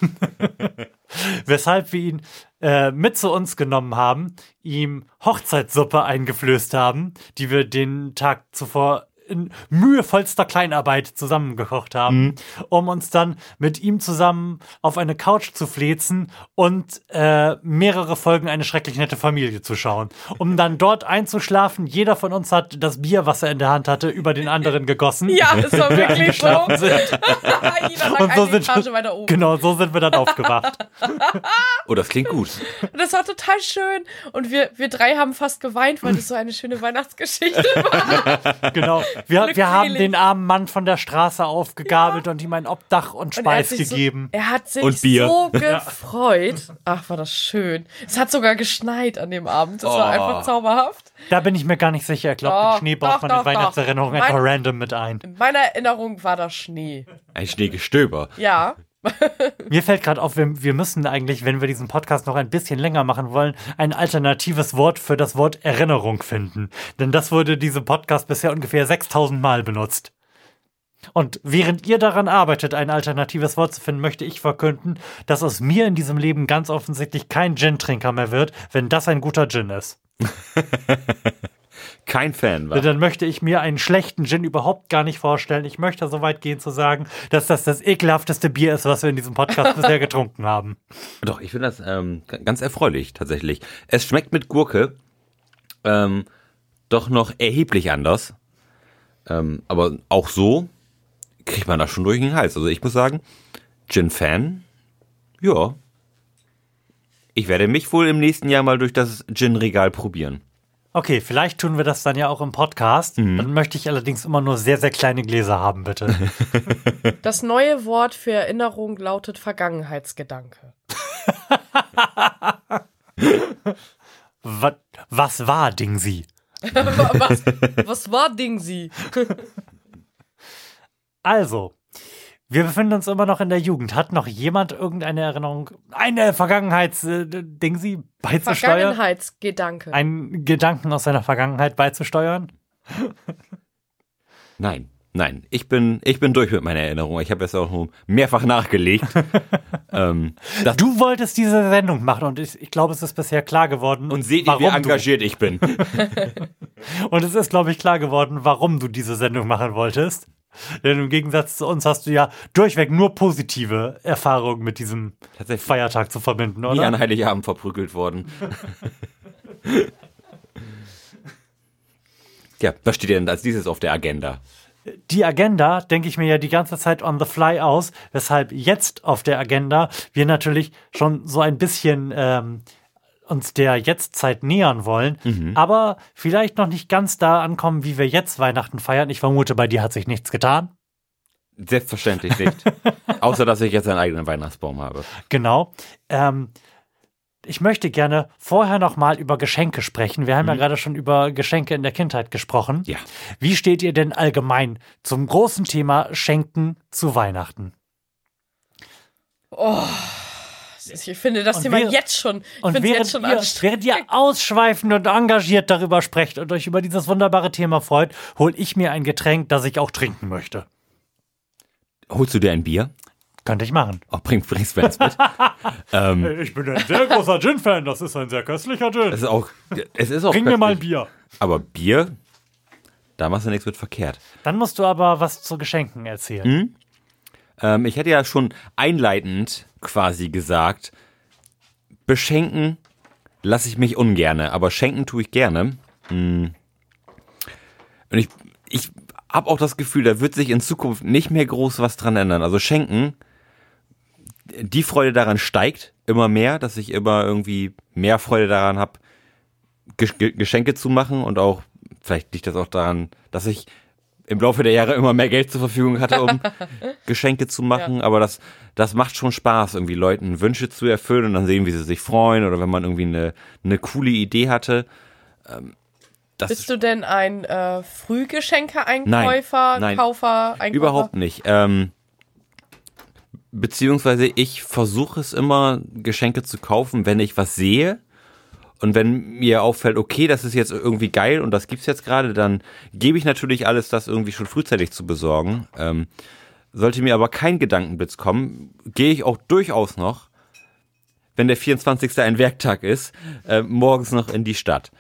Weshalb wir ihn mit zu uns genommen haben, ihm Hochzeitssuppe eingeflößt haben, die wir den Tag zuvor in mühevollster Kleinarbeit zusammengekocht haben, um uns dann mit ihm zusammen auf eine Couch zu fläzen und mehrere Folgen Eine schrecklich nette Familie zu schauen. Um dann dort einzuschlafen. Jeder von uns hat das Bier, was er in der Hand hatte, über den anderen gegossen. Ja, das war wirklich so. Jeder lag eine Etage weiter oben. Genau, so sind wir dann aufgewacht. Oh, das klingt gut. Das war total schön. Und wir drei haben fast geweint, weil das so eine schöne Weihnachtsgeschichte war. Genau. Wir haben den armen Mann von der Straße aufgegabelt und ihm ein Obdach und Speis gegeben. Er hat sich Und Bier. so gefreut. Ach, war das schön. Es hat sogar geschneit an dem Abend. Das war einfach zauberhaft. Da bin ich mir gar nicht sicher. Ich glaube, den Schnee baut man in doch. Weihnachtserinnerungen einfach random mit ein. In meiner Erinnerung war das Schnee. Ein Schneegestöber. Ja. Mir fällt gerade auf, wir müssen eigentlich, wenn wir diesen Podcast noch ein bisschen länger machen wollen, ein alternatives Wort für das Wort Erinnerung finden. Denn das wurde diesem Podcast bisher ungefähr 6000 Mal benutzt. Und während ihr daran arbeitet, ein alternatives Wort zu finden, möchte ich verkünden, dass aus mir in diesem Leben ganz offensichtlich kein Gin-Trinker mehr wird, wenn das ein guter Gin ist. Kein Fan, wa? Dann möchte ich mir einen schlechten Gin überhaupt gar nicht vorstellen. Ich möchte so weit gehen zu sagen, dass das ekelhafteste Bier ist, was wir in diesem Podcast bisher getrunken haben. Doch, ich finde das ganz erfreulich, tatsächlich. Es schmeckt mit Gurke doch noch erheblich anders. Aber auch so kriegt man das schon durch den Hals. Also ich muss sagen, Gin-Fan, ja. Ich werde mich wohl im nächsten Jahr mal durch das Gin-Regal probieren. Okay, vielleicht tun wir das dann ja auch im Podcast. Dann möchte ich allerdings immer nur sehr, sehr kleine Gläser haben, bitte. Das neue Wort für Erinnerung lautet Vergangenheitsgedanke. Was war Dingsi? Was war Dingsi? Also, wir befinden uns immer noch in der Jugend. Hat noch jemand irgendeine Erinnerung, eine Vergangenheits-Dingsi beizusteuern? Vergangenheitsgedanke. Einen Gedanken aus seiner Vergangenheit beizusteuern? Nein. Ich bin durch mit meiner Erinnerung. Ich habe jetzt auch nur mehrfach nachgelegt. Du wolltest diese Sendung machen und ich glaube, es ist bisher klar geworden. Und seht ihr, wie engagiert ich bin. Und es ist, glaube ich, klar geworden, warum du diese Sendung machen wolltest. Denn im Gegensatz zu uns hast du ja durchweg nur positive Erfahrungen mit diesem Feiertag zu verbinden, oder? Nie an Heiligabend verprügelt worden. Ja, was steht denn als dieses auf der Agenda? Die Agenda denke ich mir ja die ganze Zeit on the fly aus, weshalb jetzt auf der Agenda wir natürlich schon so ein bisschen uns der Jetztzeit nähern wollen, aber vielleicht noch nicht ganz da ankommen, wie wir jetzt Weihnachten feiern. Ich vermute, bei dir hat sich nichts getan. Selbstverständlich nicht. Außer, dass ich jetzt einen eigenen Weihnachtsbaum habe. Genau. Ich möchte gerne vorher noch mal über Geschenke sprechen. Wir haben ja gerade schon über Geschenke in der Kindheit gesprochen. Ja. Wie steht ihr denn allgemein zum großen Thema Schenken zu Weihnachten? Oh, ich finde das Thema jetzt schon, anstrengend. Während ihr ausschweifend und engagiert darüber sprecht und euch über dieses wunderbare Thema freut, hole ich mir ein Getränk, das ich auch trinken möchte. Holst du dir ein Bier? Könnte ich machen. Oh, bringst du eins mit? Ich bin ein sehr großer Gin-Fan. Das ist ein sehr köstlicher Gin. Es ist auch Bring mir mal ein Bier. Aber Bier, da machst du nichts mit verkehrt. Dann musst du aber was zu Geschenken erzählen. Ich hätte ja schon einleitend quasi gesagt, beschenken lasse ich mich ungerne, aber schenken tue ich gerne. Und ich habe auch das Gefühl, da wird sich in Zukunft nicht mehr groß was dran ändern. Also schenken, die Freude daran steigt immer mehr, dass ich immer irgendwie mehr Freude daran habe, Geschenke zu machen und auch, vielleicht liegt das auch daran, dass ich im Laufe der Jahre immer mehr Geld zur Verfügung hatte, um Geschenke zu machen, aber das macht schon Spaß, irgendwie Leuten Wünsche zu erfüllen und dann sehen, wie sie sich freuen oder wenn man irgendwie eine coole Idee hatte. Bist du denn ein Frühgeschenke-Einkäufer, Nein, Kaufer, Einkäufer? Überhaupt nicht. Beziehungsweise ich versuche es immer, Geschenke zu kaufen, wenn ich was sehe. Und wenn mir auffällt, okay, das ist jetzt irgendwie geil und das gibt's jetzt gerade, dann gebe ich natürlich alles, das irgendwie schon frühzeitig zu besorgen. Sollte mir aber kein Gedankenblitz kommen, gehe ich auch durchaus noch, wenn der 24. ein Werktag ist, morgens noch in die Stadt.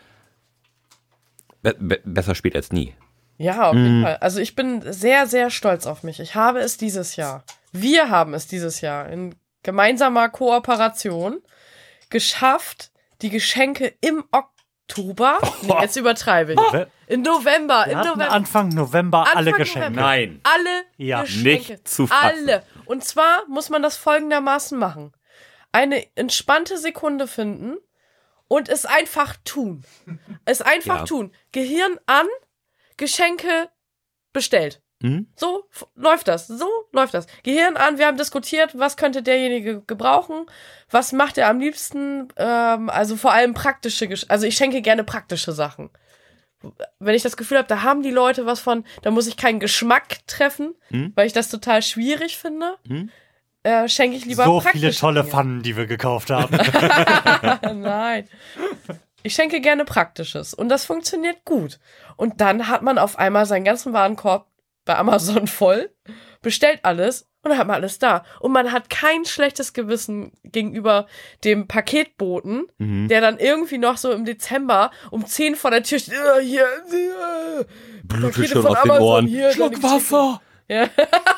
Besser spät als nie. Ja, auf jeden Fall. Also ich bin sehr, sehr stolz auf mich. Ich habe es dieses Jahr, wir haben es dieses Jahr in gemeinsamer Kooperation geschafft, die Geschenke im Oktober, jetzt übertreibe ich, in November, Anfang November alle Geschenke. Nein. Alle Geschenke. Nicht zu fassen. Alle. Und zwar muss man das folgendermaßen machen. Eine entspannte Sekunde finden und es einfach tun. Es einfach tun. Gehirn an, Geschenke bestellt. So läuft das. Gehirn an, wir haben diskutiert, was könnte derjenige gebrauchen, was macht er am liebsten, also vor allem also ich schenke gerne praktische Sachen. Wenn ich das Gefühl habe, da haben die Leute was von, da muss ich keinen Geschmack treffen, weil ich das total schwierig finde, schenke ich lieber so praktische viele tolle Dinge. Pfannen, die wir gekauft haben. Nein. Ich schenke gerne Praktisches und das funktioniert gut. Und dann hat man auf einmal seinen ganzen Warenkorb bei Amazon voll, bestellt alles und dann hat man alles da. Und man hat kein schlechtes Gewissen gegenüber dem Paketboten, der dann irgendwie noch so im Dezember um 10 vor der Tür steht. Hier, Blutet schon auf den Ohren. Hier, Schluck Wasser! Ja.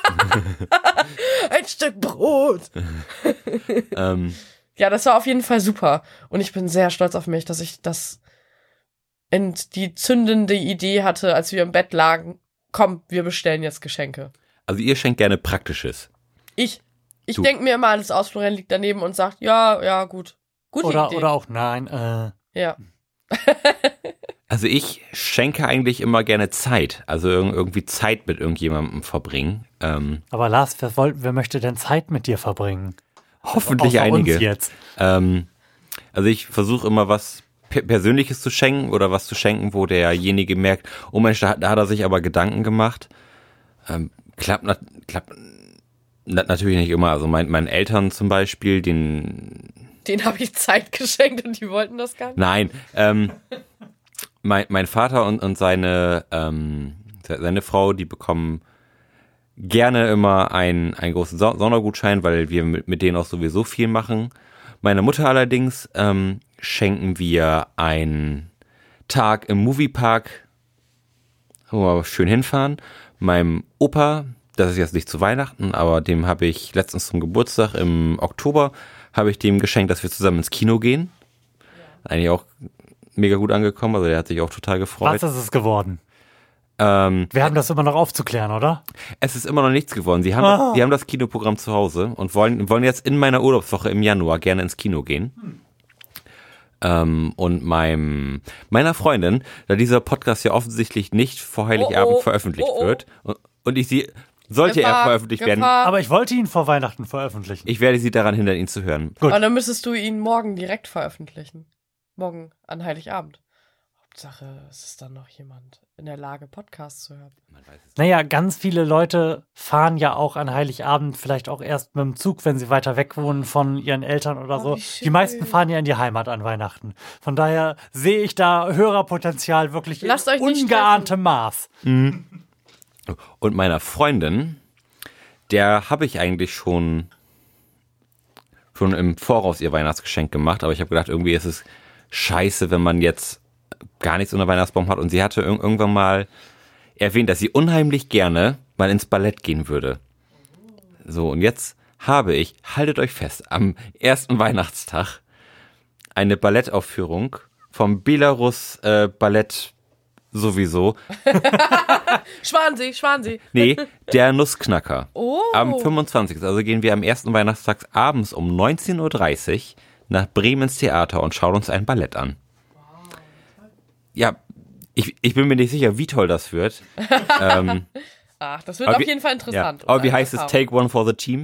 Ein Stück Brot. Ja, das war auf jeden Fall super. Und ich bin sehr stolz auf mich, dass ich das in die zündende Idee hatte, als wir im Bett lagen. Komm, wir bestellen jetzt Geschenke. Also ihr schenkt gerne Praktisches. Ich denke mir immer alles aus, Florian liegt daneben und sagt, ja, gut. Gute Idee. Oder auch nein. Ja. Also ich schenke eigentlich immer gerne Zeit. Also irgendwie Zeit mit irgendjemandem verbringen. Aber Lars, wer möchte denn Zeit mit dir verbringen? Hoffentlich Außer einige. Uns jetzt. Also ich versuche immer was Persönliches zu schenken oder was zu schenken, wo derjenige merkt, oh Mensch, da hat er sich aber Gedanken gemacht. Klappt natürlich nicht immer. Also meinen Eltern zum Beispiel, Den habe ich Zeit geschenkt und die wollten das gar nicht. Nein, mein Vater und seine Frau, die bekommen gerne immer einen großen Sondergutschein, weil wir mit denen auch sowieso viel machen. Meiner Mutter allerdings schenken wir einen Tag im Moviepark, wo wir schön hinfahren. Meinem Opa, das ist jetzt nicht zu Weihnachten, aber dem habe ich letztens zum Geburtstag im Oktober, habe ich dem geschenkt, dass wir zusammen ins Kino gehen. Eigentlich auch mega gut angekommen, also der hat sich auch total gefreut. Was ist es geworden? Wir haben das immer noch aufzuklären, oder? Es ist immer noch nichts geworden. Sie haben das Kinoprogramm zu Hause und wollen jetzt in meiner Urlaubswoche im Januar gerne ins Kino gehen. Und meiner Freundin, da dieser Podcast ja offensichtlich nicht vor Heiligabend veröffentlicht wird und sollte er veröffentlicht werden. Aber ich wollte ihn vor Weihnachten veröffentlichen. Ich werde sie daran hindern, ihn zu hören. Gut. Aber dann müsstest du ihn morgen direkt veröffentlichen. Morgen an Heiligabend. Hauptsache, es ist dann noch jemand in der Lage, Podcasts zu hören. Naja, ganz viele Leute fahren ja auch an Heiligabend vielleicht auch erst mit dem Zug, wenn sie weiter weg wohnen von ihren Eltern oder so. wie schön. Die meisten fahren ja in die Heimat an Weihnachten. Von daher sehe ich da Hörerpotenzial wirklich Lasst euch in nicht ungeahntem Maß. Und meiner Freundin, der habe ich eigentlich schon im Voraus ihr Weihnachtsgeschenk gemacht, aber ich habe gedacht, irgendwie ist es scheiße, wenn man jetzt gar nichts unter Weihnachtsbaum hat. Und sie hatte irgendwann mal erwähnt, dass sie unheimlich gerne mal ins Ballett gehen würde. So, und jetzt habe ich, haltet euch fest, am ersten Weihnachtstag eine Ballettaufführung vom Belarus Ballett sowieso. Schwansee. Nee, der Nussknacker. Oh. Am 25. Also gehen wir am ersten Weihnachtstag abends um 19.30 Uhr nach Bremen ins Theater und schauen uns ein Ballett an. Ja, ich bin mir nicht sicher, wie toll das wird. Ach, das wird auf jeden Fall interessant. Ja. Aber wie heißt es? Take one for the team?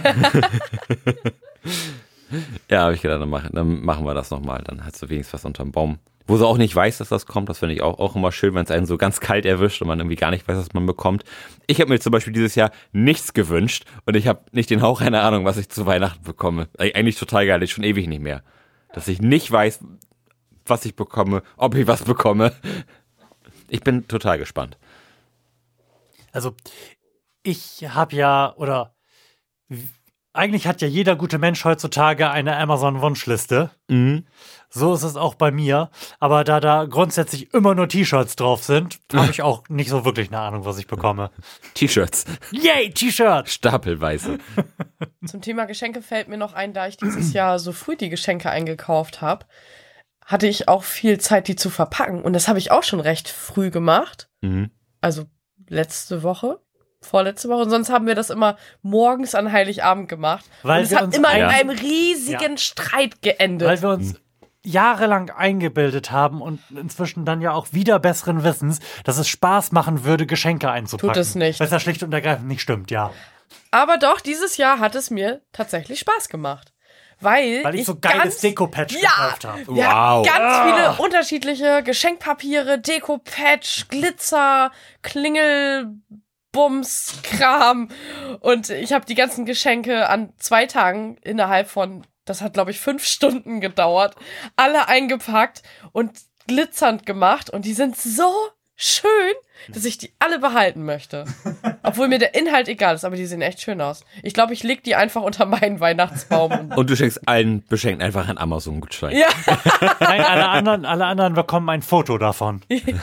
Ja, habe ich gedacht, dann machen wir das nochmal. Dann hast du wenigstens was unterm Baum. Wo sie auch nicht weiß, dass das kommt. Das finde ich auch immer schön, wenn es einen so ganz kalt erwischt und man irgendwie gar nicht weiß, was man bekommt. Ich habe mir zum Beispiel dieses Jahr nichts gewünscht und ich habe nicht den Hauch einer Ahnung, was ich zu Weihnachten bekomme. Eigentlich total geil, ist schon ewig nicht mehr. Dass ich nicht weiß, was ich bekomme, ob ich was bekomme. Ich bin total gespannt. Also, ich habe ja, oder eigentlich hat ja jeder gute Mensch heutzutage eine Amazon-Wunschliste. So ist es auch bei mir. Aber da grundsätzlich immer nur T-Shirts drauf sind, habe ich auch nicht so wirklich eine Ahnung, was ich bekomme. T-Shirts. Yay, T-Shirt! Stapelweise. Zum Thema Geschenke fällt mir noch ein, da ich dieses Jahr so früh die Geschenke eingekauft habe, hatte ich auch viel Zeit, die zu verpacken. Und das habe ich auch schon recht früh gemacht. Also vorletzte Woche. Und sonst haben wir das immer morgens an Heiligabend gemacht. Weil und es wir hat uns immer in einem riesigen Streit geendet. Weil wir uns jahrelang eingebildet haben und inzwischen dann ja auch wieder besseren Wissens, dass es Spaß machen würde, Geschenke einzupacken. Tut es nicht. Was ja schlicht und ergreifend nicht stimmt, ja. Aber doch, dieses Jahr hat es mir tatsächlich Spaß gemacht. Weil ich so geiles Deko-Patch gekauft habe. Wir haben ganz viele unterschiedliche Geschenkpapiere, Deko-Patch, Glitzer, Klingelbums, Kram. Und ich habe die ganzen Geschenke an 2 Tagen innerhalb von, das hat glaube ich 5 Stunden gedauert, alle eingepackt und glitzernd gemacht. Und die sind so schön, dass ich die alle behalten möchte. Obwohl mir der Inhalt egal ist, aber die sehen echt schön aus. Ich glaube, ich leg die einfach unter meinen Weihnachtsbaum. Und du schenkst allen beschenkt einfach einen Amazon-Gutschein. Ja. Nein, alle anderen bekommen ein Foto davon.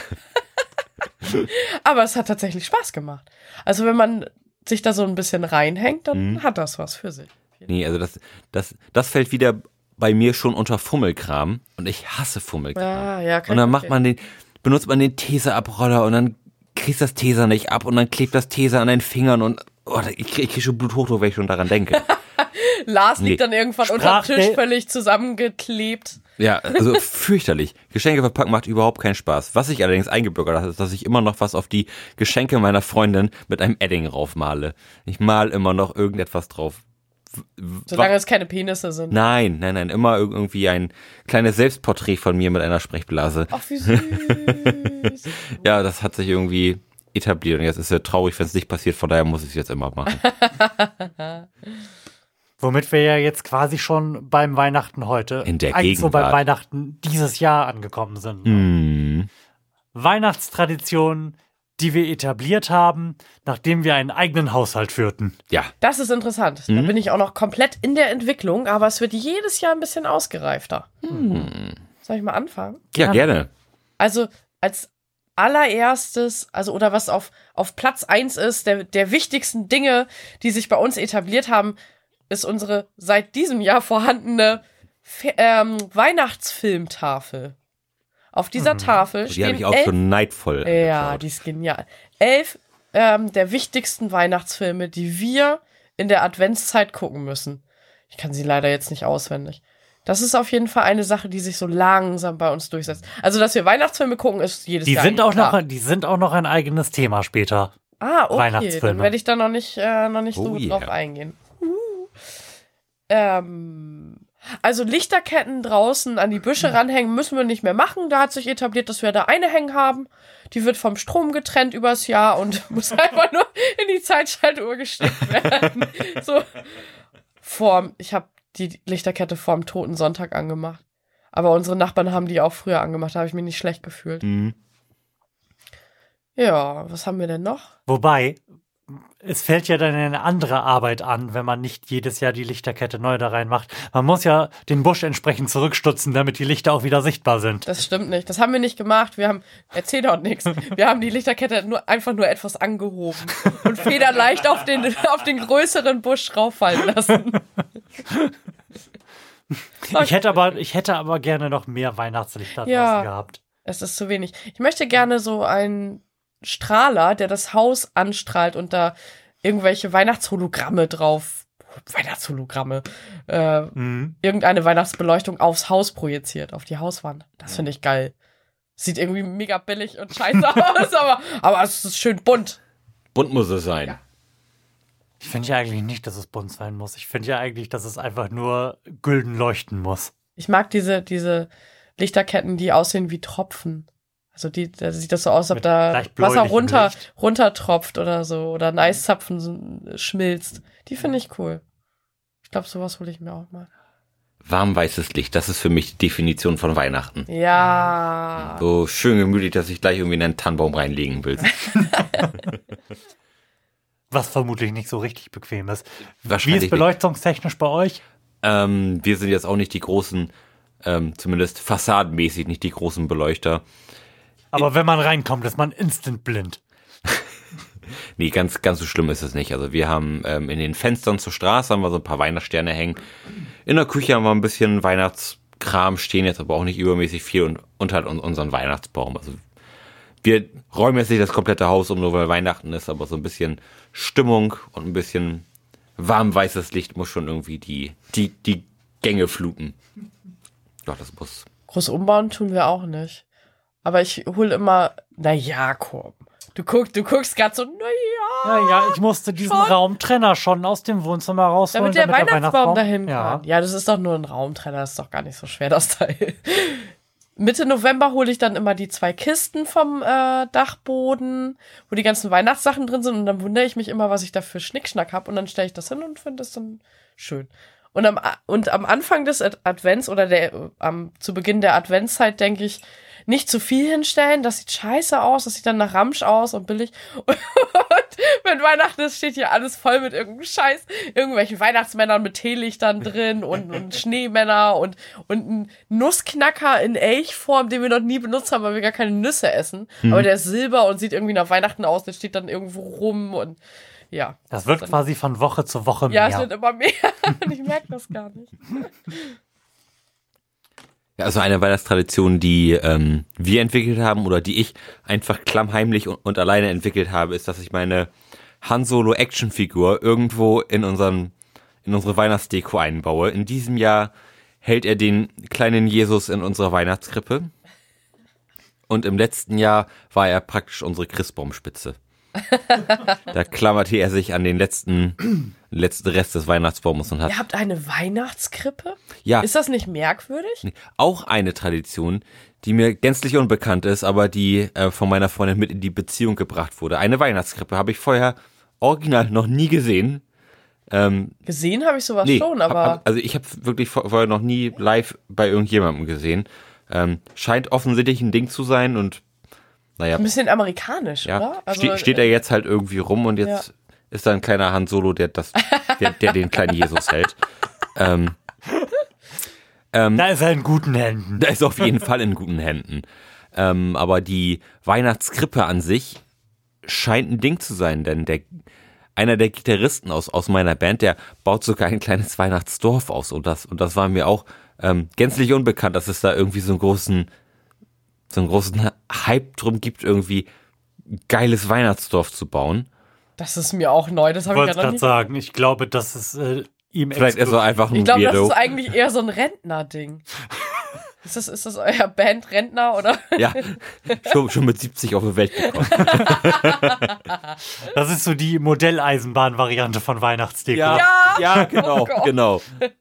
Aber es hat tatsächlich Spaß gemacht. Also wenn man sich da so ein bisschen reinhängt, dann hat das was für sich. Nee, also das fällt wieder bei mir schon unter Fummelkram. Und ich hasse Fummelkram. Ja, und dann benutzt man den Tesa-Abroller und dann kriegst das Tesa nicht ab und dann klebt das Tesa an deinen Fingern und ich krieg schon Bluthochdruck, wenn ich schon daran denke. Lars liegt dann irgendwann unter dem Tisch völlig zusammengeklebt. Ja, also fürchterlich. Geschenke verpacken macht überhaupt keinen Spaß. Was ich allerdings eingebürgert habe, ist, dass ich immer noch was auf die Geschenke meiner Freundin mit einem Edding raufmale. Ich mal immer noch irgendetwas drauf. Solange es keine Penisse sind. Nein, immer irgendwie ein kleines Selbstporträt von mir mit einer Sprechblase. Ach, wie süß. Ja, das hat sich irgendwie etabliert und jetzt ist es traurig, wenn es nicht passiert, von daher muss ich es jetzt immer machen. Womit wir ja jetzt quasi schon beim Weihnachten heute, in der eigentlich so Gegenwart. beim Weihnachten dieses Jahr angekommen sind. Weihnachtstraditionen, die wir etabliert haben, nachdem wir einen eigenen Haushalt führten. Ja. Das ist interessant. Da bin ich auch noch komplett in der Entwicklung, aber es wird jedes Jahr ein bisschen ausgereifter. Soll ich mal anfangen? Ja, gerne. Also als allererstes, oder was auf Platz 1 ist, der wichtigsten Dinge, die sich bei uns etabliert haben, ist unsere seit diesem Jahr vorhandene Weihnachtsfilmtafel. Auf dieser Tafel Die stehen habe ich auch schon neidvoll Ja, angeschaut. die ist genial. 11 der wichtigsten Weihnachtsfilme, die wir in der Adventszeit gucken müssen. Ich kann sie leider jetzt nicht auswendig. Das ist auf jeden Fall eine Sache, die sich so langsam bei uns durchsetzt. Also, dass wir Weihnachtsfilme gucken, ist jedes Jahr klar. Die sind auch noch ein eigenes Thema später. Ah, okay. Weihnachtsfilme. Dann werde ich da noch nicht so yeah. drauf eingehen. Also Lichterketten draußen an die Büsche ranhängen müssen wir nicht mehr machen. Da hat sich etabliert, dass wir da eine hängen haben. Die wird vom Strom getrennt übers Jahr und muss einfach nur in die Zeitschaltuhr gesteckt werden. Ich habe die Lichterkette vorm Toten Sonntag angemacht. Aber unsere Nachbarn haben die auch früher angemacht. Da habe ich mich nicht schlecht gefühlt. Ja, was haben wir denn noch? Wobei, es fällt ja dann eine andere Arbeit an, wenn man nicht jedes Jahr die Lichterkette neu da reinmacht. Man muss ja den Busch entsprechend zurückstutzen, damit die Lichter auch wieder sichtbar sind. Das stimmt nicht. Das haben wir nicht gemacht. Erzähl doch nichts. Wir haben die Lichterkette einfach nur etwas angehoben und federleicht auf den größeren Busch rauffallen lassen. Ich hätte aber gerne noch mehr Weihnachtslichter draußen gehabt. Es ist zu wenig. Ich möchte gerne so einen Strahler, der das Haus anstrahlt und da irgendwelche Weihnachtshologramme drauf. Irgendeine Weihnachtsbeleuchtung aufs Haus projiziert, auf die Hauswand. Das finde ich geil. Sieht irgendwie mega billig und scheiße aus, aber es ist schön bunt. Bunt muss es sein. Ja. Ich finde ja eigentlich nicht, dass es bunt sein muss. Ich finde ja eigentlich, dass es einfach nur gülden leuchten muss. Ich mag diese Lichterketten, die aussehen wie Tropfen. Also da sieht das so aus, als ob da Wasser runtertropft oder so. Oder ein Eiszapfen schmilzt. Die finde ich cool. Ich glaube, sowas hole ich mir auch mal. Warmweißes Licht, das ist für mich die Definition von Weihnachten. Ja. So schön gemütlich, dass ich gleich irgendwie in einen Tannenbaum reinlegen will. Was vermutlich nicht so richtig bequem ist. Wahrscheinlich Wie ist beleuchtungstechnisch bei euch? Wir sind jetzt auch nicht die großen, zumindest fassadenmäßig nicht die großen Beleuchter. Aber wenn man reinkommt, ist man instant blind. Nee, ganz so schlimm ist es nicht. Also wir haben in den Fenstern zur Straße haben wir so ein paar Weihnachtssterne hängen. In der Küche haben wir ein bisschen Weihnachtskram stehen, jetzt aber auch nicht übermäßig viel und halt unseren Weihnachtsbaum. Also wir räumen jetzt nicht das komplette Haus um, nur weil Weihnachten ist, aber so ein bisschen Stimmung und ein bisschen warmweißes Licht muss schon irgendwie die Gänge fluten. Ja, das Groß umbauen tun wir auch nicht. Aber ich hole immer, naja, komm. Du guckst gerade so, naja. Ja, ich musste diesen Raumtrenner schon aus dem Wohnzimmer rausholen. Damit der Weihnachtsbaum dahin ja. kann. Ja, das ist doch nur ein Raumtrenner, das ist doch gar nicht so schwer, das Teil. Mitte November hole ich dann immer die 2 Kisten vom Dachboden, wo die ganzen Weihnachtssachen drin sind und dann wundere ich mich immer, was ich da für Schnickschnack habe und dann stelle ich das hin und finde das dann schön. Und am Anfang des Advents oder zu Beginn der Adventszeit denke ich, nicht zu viel hinstellen, das sieht scheiße aus, das sieht dann nach Ramsch aus und billig. Und wenn Weihnachten ist, steht hier alles voll mit irgendeinem Scheiß, irgendwelchen Weihnachtsmännern mit Teelichtern drin und Schneemänner und ein Nussknacker in Elchform, den wir noch nie benutzt haben, weil wir gar keine Nüsse essen. Aber der ist silber und sieht irgendwie nach Weihnachten aus, der steht dann irgendwo rum und ja. Das wird quasi von Woche zu Woche mehr. Ja, es wird immer mehr und ich merke das gar nicht. Ja, also eine Weihnachtstradition, die wir entwickelt haben oder die ich einfach klammheimlich und alleine entwickelt habe, ist, dass ich meine Han Solo Actionfigur irgendwo in unsere Weihnachtsdeko einbaue. In diesem Jahr hält er den kleinen Jesus in unserer Weihnachtskrippe und im letzten Jahr war er praktisch unsere Christbaumspitze. Da klammerte er sich an den letzten Rest des Weihnachtsbaumes und hat... Ihr habt eine Weihnachtskrippe? Ja. Ist das nicht merkwürdig? Auch eine Tradition, die mir gänzlich unbekannt ist, aber die von meiner Freundin mit in die Beziehung gebracht wurde. Eine Weihnachtskrippe habe ich vorher original noch nie gesehen. Gesehen habe ich sowas schon, aber... Also ich habe wirklich vorher noch nie live bei irgendjemandem gesehen. Scheint offensichtlich ein Ding zu sein und naja. Ein bisschen amerikanisch, ja, oder? Also, steht er jetzt halt irgendwie rum und jetzt ist da ein kleiner Han Solo, der den kleinen Jesus hält. Da ist er in guten Händen. Da ist auf jeden Fall in guten Händen. Aber die Weihnachtskrippe an sich scheint ein Ding zu sein, denn einer der Gitarristen aus meiner Band, der baut sogar ein kleines Weihnachtsdorf aus und das war mir auch gänzlich unbekannt, dass es da irgendwie so einen großen Hype drum gibt, irgendwie ein geiles Weihnachtsdorf zu bauen. Das ist mir auch neu, das habe ich ja noch nicht sagen. Ich glaube, das ist ihm vielleicht ist er einfach ein Ich glaube, Weirdo. das ist eigentlich eher so ein Rentner-Ding. Ist das euer Band-Rentner, oder? Ja, schon mit 70 auf die Welt gekommen. Das ist so die Modelleisenbahn-Variante von Weihnachtsdeko. Ja, genau, Oh Gott. genau.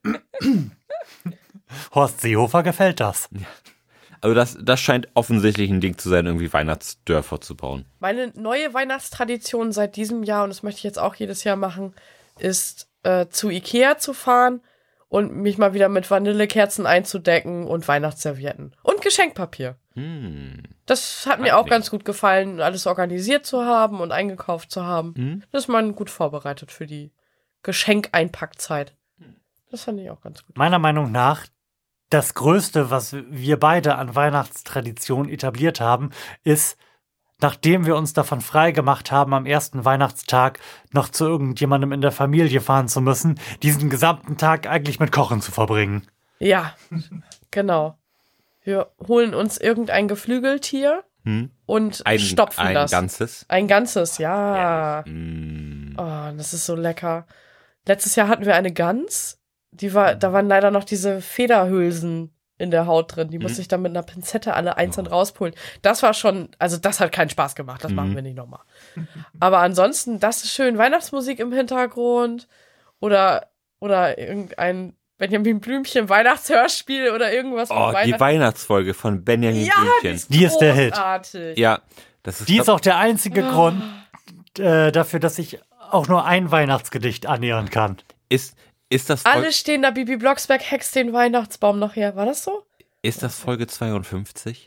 Horst Seehofer gefällt das. Also das scheint offensichtlich ein Ding zu sein, irgendwie Weihnachtsdörfer zu bauen. Meine neue Weihnachtstradition seit diesem Jahr, und das möchte ich jetzt auch jedes Jahr machen, ist zu Ikea zu fahren und mich mal wieder mit Vanillekerzen einzudecken und Weihnachtsservietten. Und Geschenkpapier. Das hat mir auch ganz gut gefallen, alles organisiert zu haben und eingekauft zu haben. Das ist man gut vorbereitet für die Geschenkeinpackzeit. Das fand ich auch ganz gut. Meiner Meinung nach das Größte, was wir beide an Weihnachtstradition etabliert haben, ist, nachdem wir uns davon frei gemacht haben, am ersten Weihnachtstag noch zu irgendjemandem in der Familie fahren zu müssen, diesen gesamten Tag eigentlich mit Kochen zu verbringen. Ja, genau. Wir holen uns irgendein Geflügeltier und stopfen das. Ein ganzes? Ein ganzes, ja. Oh, das ist so lecker. Letztes Jahr hatten wir eine Gans. Da waren leider noch diese Federhülsen in der Haut drin. Die musste ich dann mit einer Pinzette alle einzeln rauspulen. Das war schon, also das hat keinen Spaß gemacht. Das machen wir nicht nochmal. Aber ansonsten, das ist schön. Weihnachtsmusik im Hintergrund oder irgendein Benjamin Blümchen Weihnachtshörspiel oder irgendwas. Oh, die Weihnachtsfolge von Benjamin Blümchen. Die ist der Hit. Großartig. Ja, das ist. Die ist auch der einzige Grund dafür, dass ich auch nur ein Weihnachtsgedicht annähern kann. Ist das Alle stehen da, Bibi Blocksberg hext den Weihnachtsbaum noch her. War das so? Ist das Folge 52?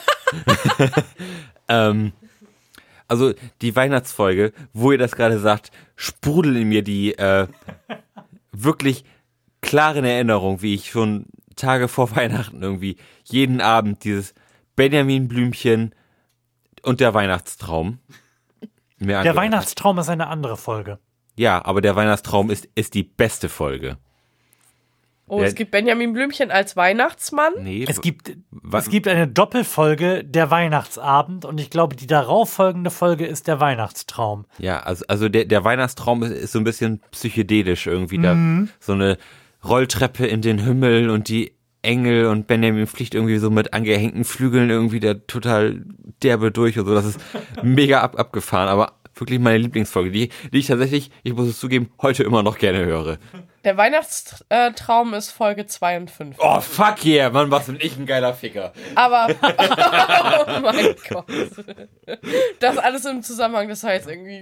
Also die Weihnachtsfolge, wo ihr das gerade sagt, sprudeln in mir die wirklich klaren Erinnerungen, wie ich schon Tage vor Weihnachten irgendwie jeden Abend dieses Benjamin Blümchen und der Weihnachtstraum mir Der Weihnachtstraum ist eine andere Folge. Ja, aber der Weihnachtstraum ist die beste Folge. Oh, es gibt Benjamin Blümchen als Weihnachtsmann. Nee, Es gibt eine Doppelfolge, der Weihnachtsabend, und ich glaube, die darauffolgende Folge ist der Weihnachtstraum. ja, also der Weihnachtstraum ist so ein bisschen psychedelisch irgendwie. Da so eine Rolltreppe in den Himmel und die Engel und Benjamin fliegt irgendwie so mit angehängten Flügeln irgendwie da total derbe durch und so. Das ist mega abgefahren, aber wirklich meine Lieblingsfolge, die ich tatsächlich, ich muss es zugeben, heute immer noch gerne höre. Der Weihnachtstraum ist Folge 52. Oh, fuck yeah, Mann, was bin ich ein geiler Ficker. Aber, oh mein Gott. Das alles im Zusammenhang, das heißt irgendwie,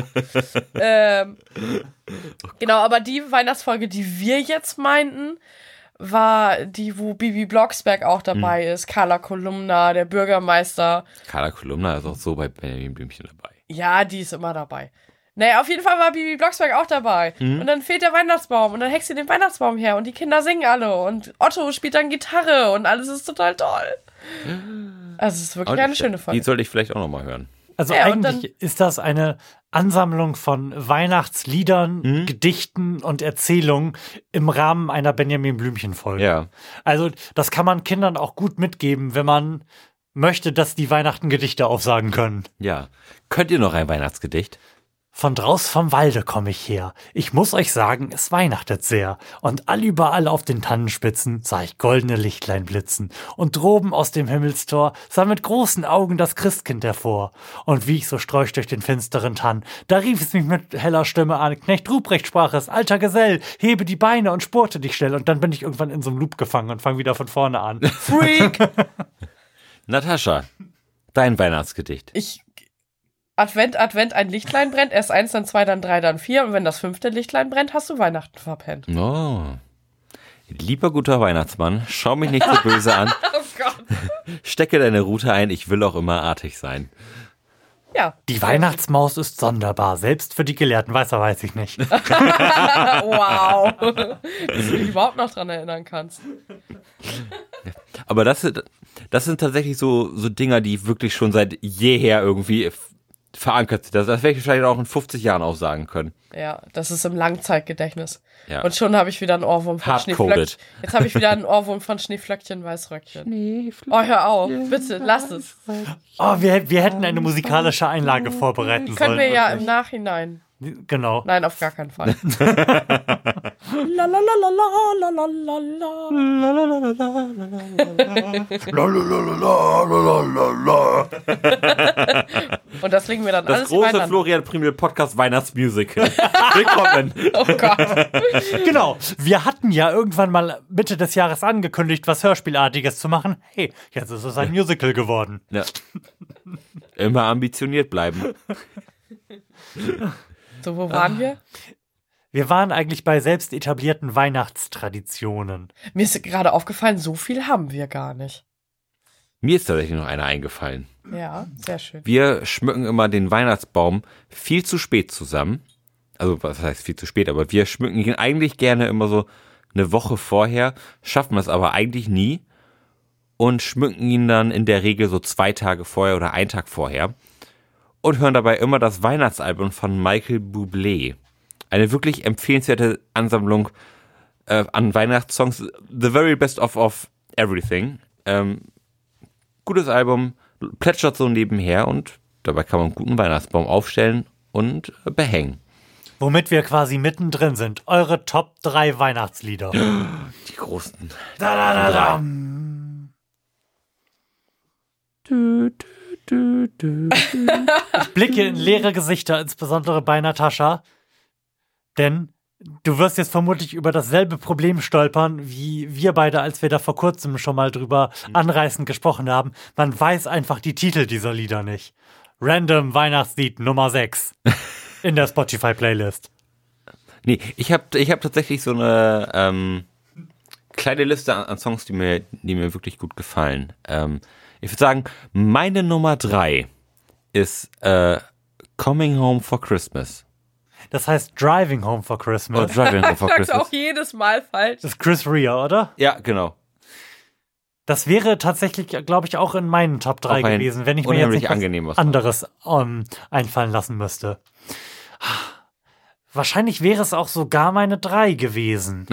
genau, aber die Weihnachtsfolge, die wir jetzt meinten, war die, wo Bibi Blocksberg auch dabei ist, Carla Kolumna, der Bürgermeister. Carla Kolumna ist auch so bei Benjamin Blümchen dabei. Ja, die ist immer dabei. Naja, auf jeden Fall war Bibi Blocksberg auch dabei. Und dann fehlt der Weihnachtsbaum und dann hext sie den Weihnachtsbaum her und die Kinder singen alle und Otto spielt dann Gitarre und alles ist total toll. Also es ist wirklich eine schöne Folge. Die sollte ich vielleicht auch nochmal hören. Also eigentlich ist das eine Ansammlung von Weihnachtsliedern, Gedichten und Erzählungen im Rahmen einer Benjamin Blümchen-Folge. Ja. Also das kann man Kindern auch gut mitgeben, wenn man möchte, dass die Weihnachten Gedichte aufsagen können. Ja. Könnt ihr noch ein Weihnachtsgedicht? Von draus vom Walde komme ich her. Ich muss euch sagen, es weihnachtet sehr. Und allüberall auf den Tannenspitzen sah ich goldene Lichtlein blitzen. Und droben aus dem Himmelstor sah mit großen Augen das Christkind hervor. Und wie ich so streuch durch den finsteren Tann, da rief es mich mit heller Stimme an. Knecht Ruprecht sprach es, alter Gesell, hebe die Beine und spurte dich schnell. Und dann bin ich irgendwann in so einem Loop gefangen und fange wieder von vorne an. Freak! Natascha, dein Weihnachtsgedicht. Advent, ein Lichtlein brennt, erst 1, dann 2, dann 3, dann 4 und wenn das 5. Lichtlein brennt, hast du Weihnachten verpennt. Oh. Lieber guter Weihnachtsmann, schau mich nicht so böse an. Oh Gott. Stecke deine Rute ein, ich will auch immer artig sein. Ja. Die Weihnachtsmaus ist sonderbar, selbst für die Gelehrten, weiß ich nicht. Wow. Dass du dich überhaupt noch dran erinnern kannst. Aber das sind tatsächlich so Dinger, die wirklich schon seit jeher irgendwie verankert sind. Das werde ich wahrscheinlich auch in 50 Jahren auch sagen können. Ja, das ist im Langzeitgedächtnis. Ja. Und schon habe ich wieder einen Ohrwurm von Hardcoded. Schneeflöckchen. Jetzt habe ich wieder einen Ohrwurm von Schneeflöckchen, Weißröckchen. Oh, hör auf. Bitte, lass es. Oh, wir hätten eine musikalische Einlage vorbereiten sollen. Können wir ja im Nachhinein. Genau. Nein, auf gar keinen Fall. Und das legen wir dann Das alles große übereinander. Florian Primel Podcast Weihnachtsmusical. Willkommen. Oh Gott. Genau. Wir hatten ja irgendwann mal Mitte des Jahres angekündigt, was Hörspielartiges zu machen. Hey, jetzt ist es ein Musical geworden. Ja. Immer ambitioniert bleiben. So, wo waren wir? Wir waren eigentlich bei selbst etablierten Weihnachtstraditionen. Mir ist gerade aufgefallen, so viel haben wir gar nicht. Mir ist tatsächlich noch einer eingefallen. Ja, sehr schön. Wir schmücken immer den Weihnachtsbaum viel zu spät zusammen. Also, was heißt viel zu spät, aber wir schmücken ihn eigentlich gerne immer so eine Woche vorher, schaffen es aber eigentlich nie und schmücken ihn dann in der Regel so 2 Tage vorher oder 1 Tag vorher und hören dabei immer das Weihnachtsalbum von Michael Bublé. Eine wirklich empfehlenswerte Ansammlung an Weihnachtssongs. The very best of everything. Gutes Album, plätschert so nebenher und dabei kann man einen guten Weihnachtsbaum aufstellen und behängen. Womit wir quasi mittendrin sind. Eure Top 3 Weihnachtslieder. Die großen. Da. Ich blicke in leere Gesichter, insbesondere bei Natascha. Denn du wirst jetzt vermutlich über dasselbe Problem stolpern, wie wir beide, als wir da vor kurzem schon mal drüber anreißend gesprochen haben. Man weiß einfach die Titel dieser Lieder nicht. Random Weihnachtslied Nummer 6 in der Spotify-Playlist. Nee, ich hab tatsächlich so eine kleine Liste an Songs, die mir wirklich gut gefallen. Ich würde sagen, meine Nummer 3 ist Coming Home for Christmas. Das heißt Driving Home for Christmas. Oder Driving Home for Ich sag's Christmas. auch jedes Mal falsch. Das ist Chris Rea, oder? Ja, genau. Das wäre tatsächlich, glaube ich, auch in meinen Top 3 Auch ein gewesen, wenn ich mir jetzt nicht angenehm was anderes einfallen lassen müsste. Wahrscheinlich wäre es auch sogar meine 3 gewesen.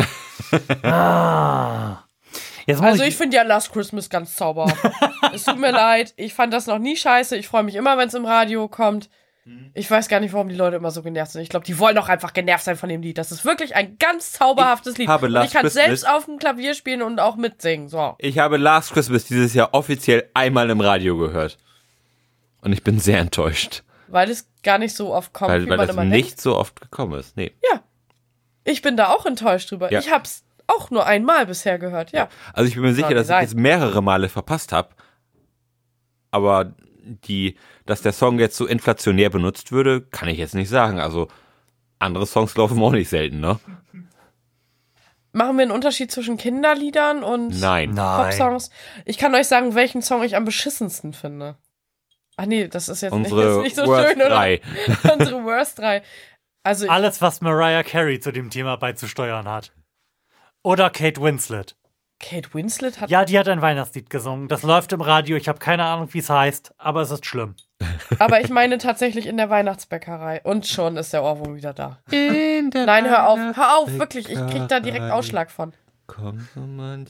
Jetzt muss Also ich finde ja Last Christmas ganz zauberhaft. Es tut mir leid, ich fand das noch nie scheiße. Ich freue mich immer, wenn es im Radio kommt. Ich weiß gar nicht, warum die Leute immer so genervt sind. Ich glaube, die wollen doch einfach genervt sein von dem Lied. Das ist wirklich ein ganz zauberhaftes Lied. habe Und Last ich kann Christmas- selbst auf dem Klavier spielen und auch mitsingen. So. Ich habe Last Christmas dieses Jahr offiziell einmal im Radio gehört. Und ich bin sehr enttäuscht. Weil es gar nicht so oft kommt, Weil wie man das immer nicht so oft gekommen ist. Nee. denkt. Ja. Ich bin da auch enttäuscht drüber. Ja. Ich hab's auch nur einmal bisher gehört, ja. Also ich bin mir sicher, Soll dass ich sein. jetzt mehrere Male verpasst habe. Aber dass der Song jetzt so inflationär benutzt würde, kann ich jetzt nicht sagen. Also andere Songs laufen auch nicht selten, ne? Machen wir einen Unterschied zwischen Kinderliedern und Nein. Popsongs? Ich kann euch sagen, welchen Song ich am beschissensten finde. Ach nee, das ist jetzt Unsere nicht so Worst schön, oder? 3. Unsere Worst 3. Also Alles, was Mariah Carey zu dem Thema beizusteuern hat. Oder Kate Winslet. Kate Winslet hat... Ja, die hat ein Weihnachtslied gesungen. Das läuft im Radio. Ich habe keine Ahnung, wie es heißt, aber es ist schlimm. Aber ich meine tatsächlich in der Weihnachtsbäckerei. Und schon ist der Ohrwurm wieder da. Nein, hör auf, wirklich. Ich krieg da direkt Ausschlag von. Kommt so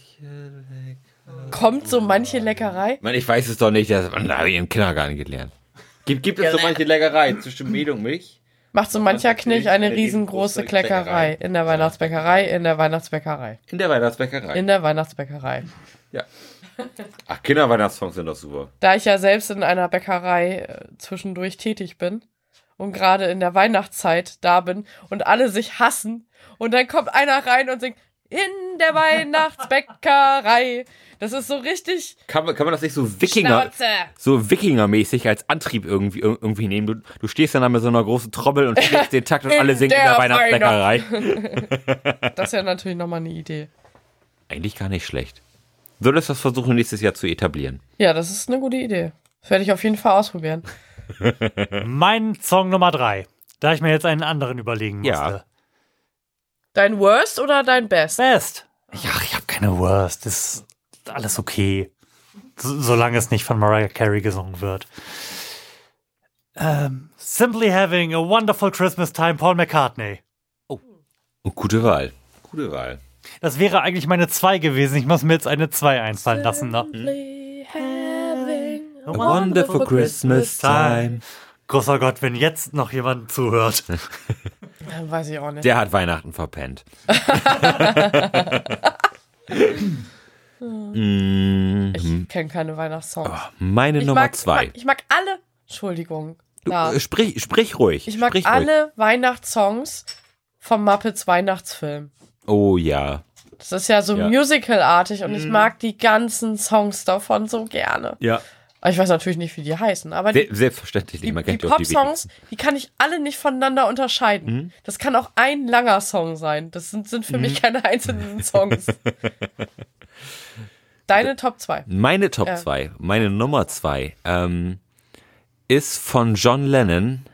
manche Leckerei? Ich meine, ich weiß es doch nicht, das habe ich im Kindergarten gelernt. Gibt es so manche Leckerei zwischen Mehl und Milch? Macht so mancher Knilch eine Eine riesengroße riesengroße Kleckerei. In der Weihnachtsbäckerei, in der Weihnachtsbäckerei. In der Weihnachtsbäckerei. In der Weihnachtsbäckerei. Ja. Ach, Kinderweihnachtssongs sind doch super. Da ich ja selbst in einer Bäckerei zwischendurch tätig bin und gerade in der Weihnachtszeit da bin und alle sich hassen und dann kommt einer rein und singt in der Weihnachtsbäckerei. Das ist so richtig Kann man das nicht so Schnauze. Wikingermäßig als Antrieb irgendwie nehmen? Du stehst dann da mit so einer großen Trommel und schlägst den Takt und alle singen in der der Weihnachtsbäckerei. Das ist ja natürlich nochmal eine Idee. Eigentlich gar nicht schlecht. Würdest du das versuchen, nächstes Jahr zu etablieren? Ja, das ist eine gute Idee. Das werde ich auf jeden Fall ausprobieren. Mein Song Nummer 3. Da ich mir jetzt einen anderen überlegen musste. Ja. Dein Worst oder dein Best? Best. Ja, ich habe keine Worst. Das ist alles okay. Solange es nicht von Mariah Carey gesungen wird. Simply Having a Wonderful Christmas Time, Paul McCartney. Oh, gute Wahl. Gute Wahl. Das wäre eigentlich meine 2 gewesen. Ich muss mir jetzt eine 2 einfallen lassen. Ne? Simply having A wonderful Christmas time. Großer Gott, wenn jetzt noch jemand zuhört. Weiß ich auch nicht. Der hat Weihnachten verpennt. Ich kenne keine Weihnachtssongs. Meine Ich Nummer mag, 2. Ich mag alle. Entschuldigung. Na, Sprich ruhig. ich mag sprich alle Weihnachtssongs vom Muppets Weihnachtsfilm. Oh ja. Das ist ja so Ja. musicalartig und ich mag die ganzen Songs davon so gerne. Ja. Aber ich weiß natürlich nicht, wie die heißen, aber die Selbstverständlich. Die, man die kennt doch Pop-Songs, die kann ich alle nicht voneinander unterscheiden. Das kann auch ein langer Song sein. Das sind für mich keine einzelnen Songs. Deine Top 2. Meine Top Ja. 2, meine Nummer 2, ist von John Lennon.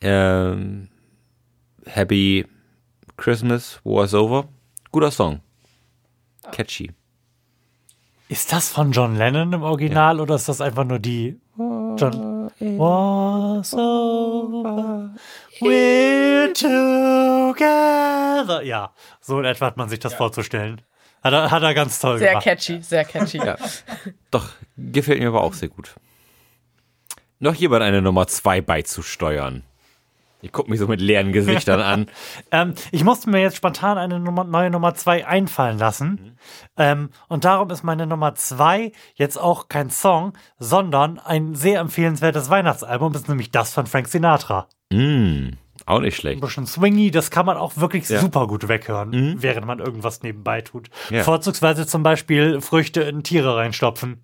Happy Christmas was over. Guter Song. Catchy. Ist das von John Lennon im Original oder ist das einfach nur die John was over, we're together. Ja, so in etwa hat man sich das vorzustellen. Hat er ganz toll Sehr gemacht. catchy, sehr catchy. Ja. Doch, gefällt mir aber auch sehr gut. Noch jemand eine Nummer 2 beizusteuern. Ich gucke mich so mit leeren Gesichtern an. Ich musste mir jetzt spontan eine neue Nummer 2 einfallen lassen. Und darum ist meine Nummer 2 jetzt auch kein Song, sondern ein sehr empfehlenswertes Weihnachtsalbum. Das ist nämlich das von Frank Sinatra. Auch nicht Ein schlecht. bisschen swingy, das kann man auch wirklich Ja. super gut weghören, während man irgendwas nebenbei tut. Ja. Vorzugsweise zum Beispiel Früchte in Tiere reinstopfen.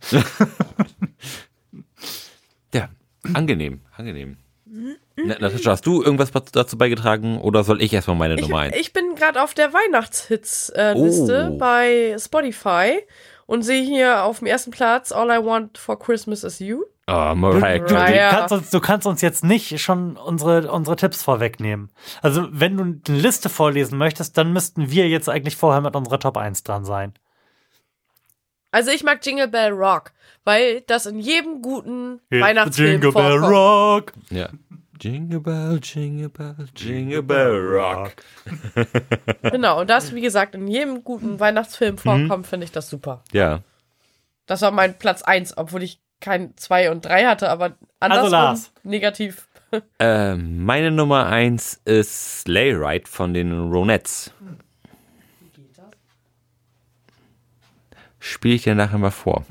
Ja, angenehm. Natascha, hast du irgendwas dazu beigetragen oder soll ich erstmal meine Nummer 1? Ich bin gerade auf der Weihnachtshits-Liste Oh. bei Spotify und sehe hier auf dem ersten Platz All I Want for Christmas is You. Oh, Mariah Du, Carey. Ja. du kannst uns jetzt nicht schon unsere Tipps vorwegnehmen. Also, wenn du eine Liste vorlesen möchtest, dann müssten wir jetzt eigentlich vorher mit unserer Top 1 dran sein. Also ich mag Jingle Bell Rock, weil das in jedem guten It's Weihnachtsfilm Jingle Bell vorkommt. Rock. Ja. Jingle Bell, Jingle Bell, Jingle Bell Rock. Genau, und das, wie gesagt, in jedem guten Weihnachtsfilm vorkommt, finde ich das super. Ja. Das war mein Platz 1, obwohl ich kein 2 und 3 hatte, aber andersrum Lars. negativ Meine Nummer 1 ist Sleigh Ride von den Ronettes. Spiele ich dir nachher mal vor.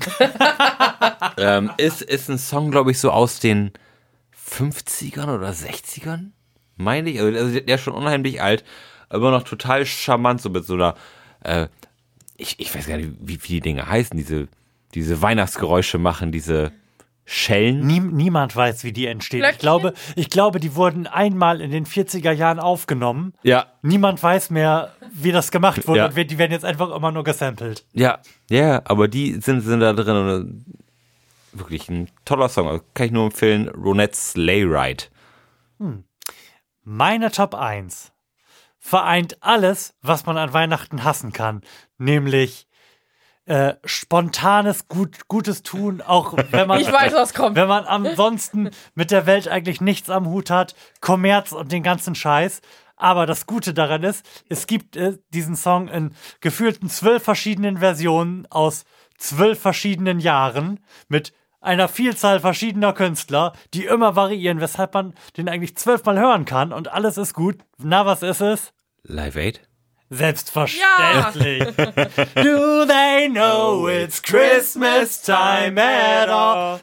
Ist ein Song, glaube ich, so aus den 50ern oder 60ern, meine ich. Also der ist schon unheimlich alt, aber noch total charmant, so mit so einer, ich weiß gar nicht, wie die Dinge heißen, diese Weihnachtsgeräusche machen, diese Schellen. Niemand weiß, wie die entstehen. Ich glaube, die wurden einmal in den 40er Jahren aufgenommen. Ja. Niemand weiß mehr, wie das gemacht wurde. Ja. Und die werden jetzt einfach immer nur gesampelt. Ja, aber die sind da drin und wirklich ein toller Song. Also kann ich nur empfehlen, Ronettes Sleigh Ride. Meine Top 1 vereint alles, was man an Weihnachten hassen kann. Nämlich spontanes Gutes tun, auch wenn man Ich weiß, was kommt. wenn man ansonsten mit der Welt eigentlich nichts am Hut hat, Kommerz und den ganzen Scheiß. Aber das Gute daran ist, es gibt diesen Song in gefühlten 12 verschiedenen Versionen aus 12 verschiedenen Jahren mit einer Vielzahl verschiedener Künstler, die immer variieren, weshalb man den eigentlich 12-mal hören kann und alles ist gut. Na, was ist es? Live Aid? Selbstverständlich. Do they know it's Christmas time at all?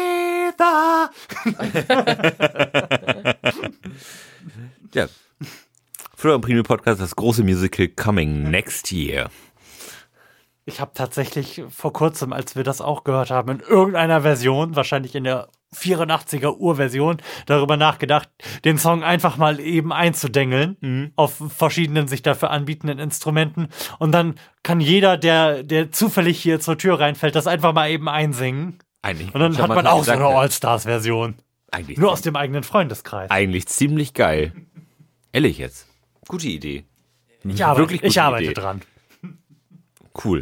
Ja. Früher im Premium-Podcast das große Musical Coming Next Year. Ich habe tatsächlich vor kurzem, als wir das auch gehört haben, in irgendeiner Version, wahrscheinlich in der 84er Urversion, darüber nachgedacht, den Song einfach mal eben einzudengeln auf verschiedenen sich dafür anbietenden Instrumenten. Und dann kann jeder, der zufällig hier zur Tür reinfällt, das einfach mal eben einsingen. Eigentlich. Und dann hat man auch so eine All-Stars-Version. Nur aus dem eigenen Freundeskreis. Eigentlich ziemlich geil. Ehrlich jetzt. Gute Idee. Ich arbeite dran. Cool.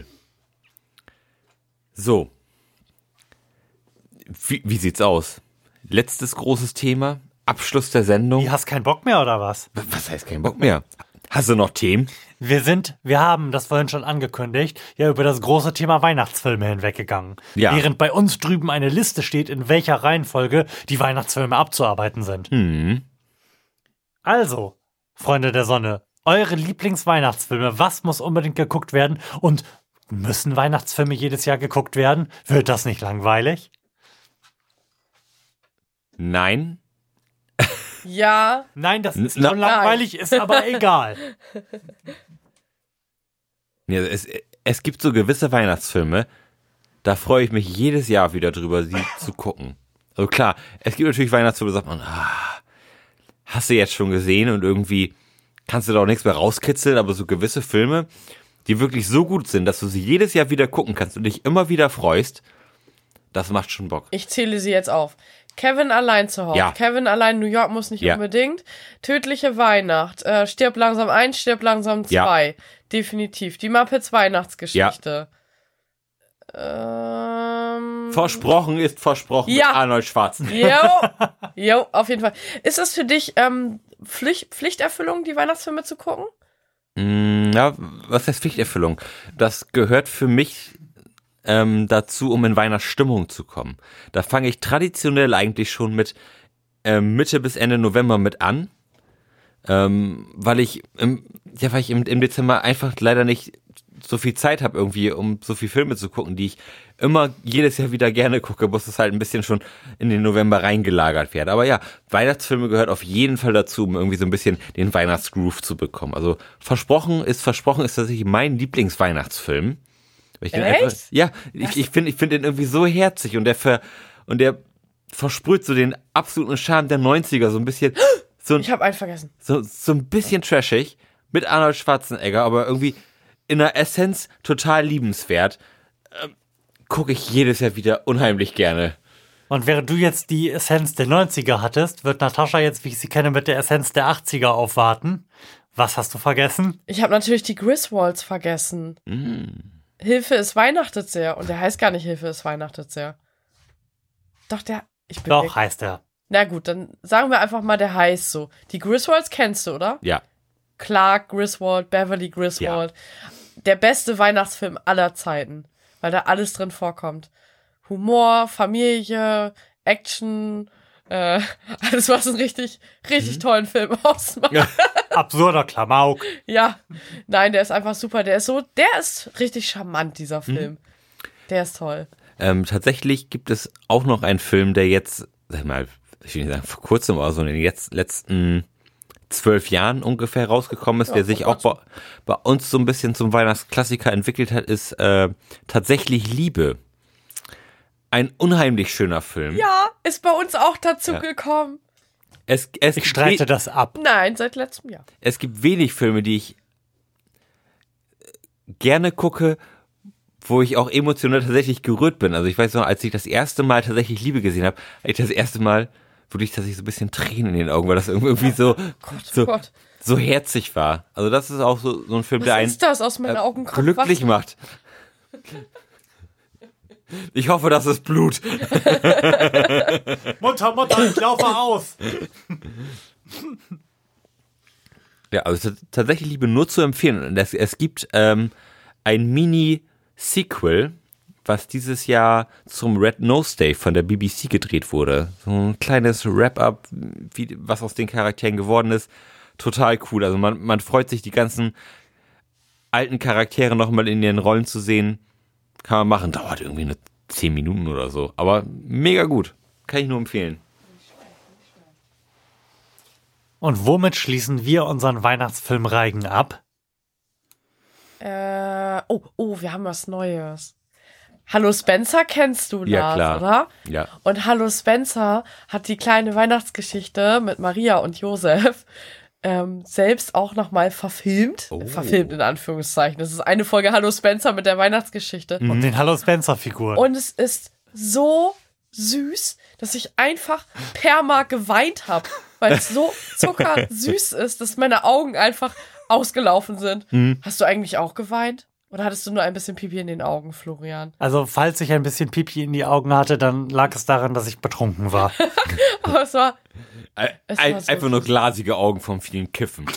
So. Wie sieht's aus? Letztes großes Thema. Abschluss der Sendung. Du hast keinen Bock mehr, oder was? Was heißt keinen Bock mehr? Hast du noch Themen? Wir haben, das vorhin schon angekündigt, ja über das große Thema Weihnachtsfilme hinweggegangen. Ja. Während bei uns drüben eine Liste steht, in welcher Reihenfolge die Weihnachtsfilme abzuarbeiten sind. Also, Freunde der Sonne, eure Lieblingsweihnachtsfilme, was muss unbedingt geguckt werden? Und müssen Weihnachtsfilme jedes Jahr geguckt werden? Wird das nicht langweilig? Nein. Ja. Nein, das ist schon langweilig, ist aber egal. Ja, es gibt so gewisse Weihnachtsfilme, da freue ich mich jedes Jahr wieder drüber, sie zu gucken. Also klar, es gibt natürlich Weihnachtsfilme, da sagt man, hast du jetzt schon gesehen und irgendwie kannst du da auch nichts mehr rauskitzeln, aber so gewisse Filme, die wirklich so gut sind, dass du sie jedes Jahr wieder gucken kannst und dich immer wieder freust, das macht schon Bock. Ich zähle sie jetzt auf. Kevin allein zu Hause. Ja. Kevin allein New York muss nicht unbedingt. Tödliche Weihnacht. Stirb langsam 1, stirb langsam 2. Ja. Definitiv. Die Muppets Weihnachtsgeschichte. Versprochen ist versprochen mit Arnold Schwarzenegger. Jo, auf jeden Fall. Ist es für dich Pflichterfüllung, die Weihnachtsfilme zu gucken? Ja, was heißt Pflichterfüllung? Das gehört für mich dazu, um in Weihnachtsstimmung zu kommen. Da fange ich traditionell eigentlich schon mit Mitte bis Ende November mit an, weil ich im Dezember einfach leider nicht so viel Zeit habe irgendwie, um so viele Filme zu gucken, die ich immer jedes Jahr wieder gerne gucke, muss es halt ein bisschen schon in den November reingelagert werden. Aber ja, Weihnachtsfilme gehört auf jeden Fall dazu, um irgendwie so ein bisschen den Weihnachtsgroove zu bekommen. Also Versprochen ist tatsächlich mein Lieblingsweihnachtsfilm. Ich finde den irgendwie so herzig und der versprüht so den absoluten Charme der 90er, so ein bisschen. Ich habe einen vergessen. So ein bisschen trashig mit Arnold Schwarzenegger, aber irgendwie in der Essenz total liebenswert. Gucke ich jedes Jahr wieder unheimlich gerne. Und während du jetzt die Essenz der 90er hattest, wird Natascha jetzt, wie ich sie kenne, mit der Essenz der 80er aufwarten. Was hast du vergessen? Ich habe natürlich die Griswolds vergessen. Hilfe, es weihnachtet sehr. Und der heißt gar nicht Hilfe, es weihnachtet sehr. Doch, Doch, heißt er. Na gut, dann sagen wir einfach mal, der heißt so. Die Griswolds kennst du, oder? Ja. Clark Griswold, Beverly Griswold. Ja. Der beste Weihnachtsfilm aller Zeiten, weil da alles drin vorkommt. Humor, Familie, Action, Alles, was einen richtig tollen Film ausmacht. Absurder Klamauk. Ja, nein, der ist einfach super. Der ist richtig charmant, dieser Film. Der ist toll. Tatsächlich gibt es auch noch einen Film, der jetzt, sag mal, ich will nicht sagen vor kurzem, aber so in den letzten 12 Jahren ungefähr rausgekommen ist, der sich auch bei uns so ein bisschen zum Weihnachtsklassiker entwickelt hat, ist Tatsächlich Liebe. Ein unheimlich schöner Film. Ja, ist bei uns auch dazu gekommen. Ich streite das ab. Nein, seit letztem Jahr. Es gibt wenig Filme, die ich gerne gucke, wo ich auch emotional tatsächlich gerührt bin. Also ich weiß noch, als ich das erste Mal Tatsächlich Liebe gesehen habe, das erste Mal wirklich tatsächlich so ein bisschen Tränen in den Augen, weil das irgendwie so herzig war. Also das ist auch so ein Film, der einen aus meinen Augen glücklich macht. Ich hoffe, das ist Blut. Mutter, ich laufe aus. Ja, also Tatsächlich Liebe nur zu empfehlen. Und es gibt ein Mini-Sequel, was dieses Jahr zum Red Nose Day von der BBC gedreht wurde. So ein kleines Wrap-up, was aus den Charakteren geworden ist. Total cool. Also man freut sich, die ganzen alten Charaktere nochmal in ihren Rollen zu sehen. Kann man machen. Dauert irgendwie 10 Minuten oder so. Aber mega gut. Kann ich nur empfehlen. Und womit schließen wir unseren Weihnachtsfilmreigen ab? Wir haben was Neues. Hallo Spencer kennst du, Ja, Lars, klar. oder? Ja. Und Hallo Spencer hat die kleine Weihnachtsgeschichte mit Maria und Josef selbst auch nochmal verfilmt. Oh. Verfilmt in Anführungszeichen. Das ist eine Folge Hallo Spencer mit der Weihnachtsgeschichte. Und den Hallo Spencer-Figuren. Und es ist so süß, dass ich einfach perma geweint habe, weil es so zuckersüß ist, dass meine Augen einfach ausgelaufen sind. Hast du eigentlich auch geweint? Oder hattest du nur ein bisschen Pipi in den Augen, Florian? Also, falls ich ein bisschen Pipi in die Augen hatte, dann lag es daran, dass ich betrunken war. Aber es war so Einfach nur glasige Augen vom vielen Kiffen.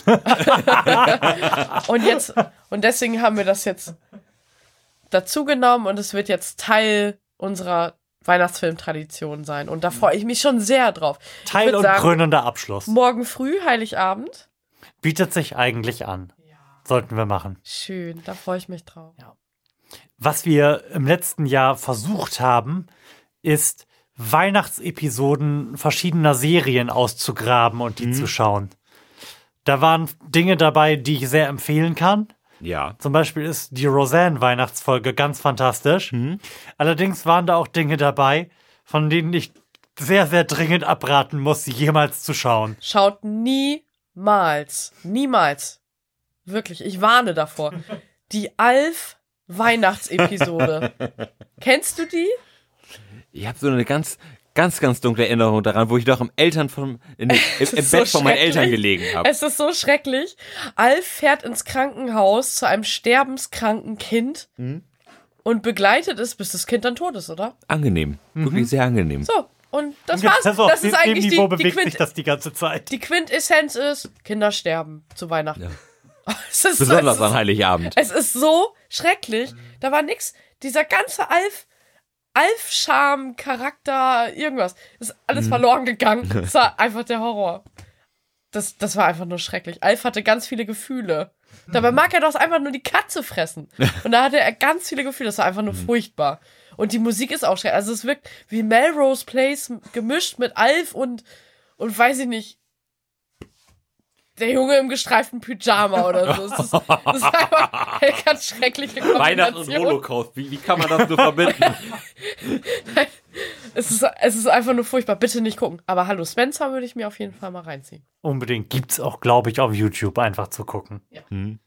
Und deswegen haben wir das jetzt dazu genommen und es wird jetzt Teil unserer Weihnachtsfilmtradition sein. Und da freue ich mich schon sehr drauf. Teil und krönender Abschluss. Morgen früh, Heiligabend. Bietet sich eigentlich an. Sollten wir machen. Schön, da freue ich mich drauf. Ja. Was wir im letzten Jahr versucht haben, ist Weihnachtsepisoden verschiedener Serien auszugraben und die zu schauen. Da waren Dinge dabei, die ich sehr empfehlen kann. Ja. Zum Beispiel ist die Roseanne-Weihnachtsfolge ganz fantastisch. Allerdings waren da auch Dinge dabei, von denen ich sehr, sehr dringend abraten muss, sie jemals zu schauen. Schaut niemals, wirklich, ich warne davor, die Alf-Weihnachtsepisode. Kennst du die? Ich habe so eine ganz dunkle Erinnerung daran, wo ich doch im Bett von meinen Eltern gelegen habe. Es ist so schrecklich. Alf fährt ins Krankenhaus zu einem sterbenskranken Kind und begleitet es, bis das Kind dann tot ist, oder? Angenehm. Wirklich sehr angenehm. So, und das war's. Also Das ist eigentlich Niveau die bewegt sich das die ganze Zeit. Die Quintessenz ist, Kinder sterben zu Weihnachten. Ja. Besonders an Heiligabend. Es ist so schrecklich. Da war nix. Dieser ganze Alf-Charme, Charakter, irgendwas. Ist alles verloren gegangen. Das war einfach der Horror. Das war einfach nur schrecklich. Alf hatte ganz viele Gefühle. Dabei mag er doch einfach nur die Katze fressen. Und da hatte er ganz viele Gefühle. Das war einfach nur furchtbar. Und die Musik ist auch schrecklich. Also es wirkt wie Melrose Place gemischt mit Alf und weiß ich nicht, der Junge im gestreiften Pyjama oder so. Das ist einfach eine ganz schreckliche Kombination. Weihnachten und Holocaust. Wie kann man das so verbinden? Es ist einfach nur furchtbar. Bitte nicht gucken. Aber Hallo Spencer würde ich mir auf jeden Fall mal reinziehen. Unbedingt. Gibt's auch, glaube ich, auf YouTube einfach zu gucken. Ja.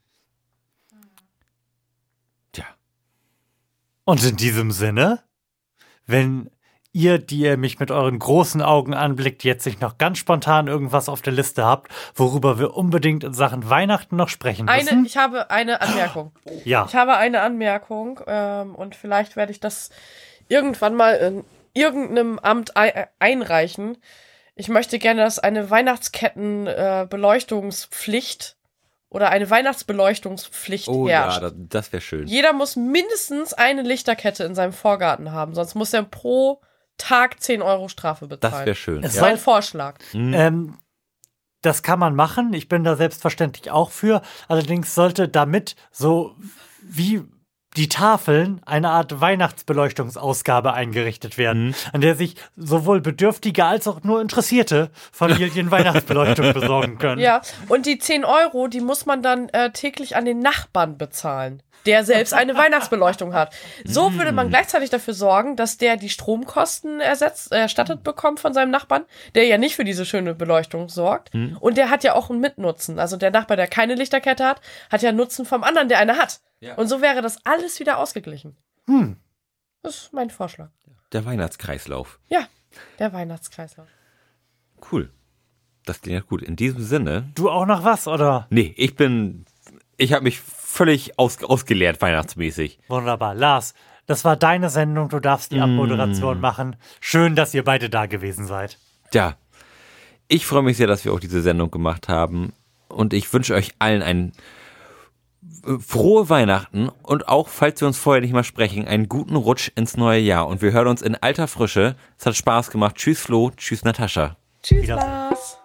Tja. Und in diesem Sinne, wenn ihr, die ihr mich mit euren großen Augen anblickt, jetzt nicht noch ganz spontan irgendwas auf der Liste habt, worüber wir unbedingt in Sachen Weihnachten noch sprechen müssen. Ich habe eine Anmerkung. Ja. Ich habe eine Anmerkung und vielleicht werde ich das irgendwann mal in irgendeinem Amt einreichen. Ich möchte gerne, dass eine Weihnachtskettenbeleuchtungspflicht oder eine Weihnachtsbeleuchtungspflicht herrscht. Ja, das wäre schön. Jeder muss mindestens eine Lichterkette in seinem Vorgarten haben, sonst muss er pro Tag 10 Euro Strafe bezahlen. Das wäre schön. Das ist mein Vorschlag. Das kann man machen. Ich bin da selbstverständlich auch für. Allerdings sollte damit so wie die Tafeln eine Art Weihnachtsbeleuchtungsausgabe eingerichtet werden, an der sich sowohl Bedürftige als auch nur interessierte Familien Weihnachtsbeleuchtung besorgen können. Ja, und die 10 Euro, die muss man dann täglich an den Nachbarn bezahlen, der selbst eine Weihnachtsbeleuchtung hat. So würde man gleichzeitig dafür sorgen, dass der die Stromkosten erstattet bekommt von seinem Nachbarn, der ja nicht für diese schöne Beleuchtung sorgt. Und der hat ja auch einen Mitnutzen. Also der Nachbar, der keine Lichterkette hat ja Nutzen vom anderen, der eine hat. Ja. Und so wäre das alles wieder ausgeglichen. Das ist mein Vorschlag. Der Weihnachtskreislauf. Ja, der Weihnachtskreislauf. Cool. Das klingt ja gut. In diesem Sinne. Du auch noch was, oder? Nee, ich habe mich völlig ausgeleert weihnachtsmäßig. Wunderbar. Lars, das war deine Sendung. Du darfst die Abmoderation machen. Schön, dass ihr beide da gewesen seid. Ja, ich freue mich sehr, dass wir auch diese Sendung gemacht haben. Und ich wünsche euch allen ein frohe Weihnachten und auch, falls wir uns vorher nicht mal sprechen, einen guten Rutsch ins neue Jahr. Und wir hören uns in alter Frische. Es hat Spaß gemacht. Tschüss Flo, tschüss Natascha. Tschüss Lars.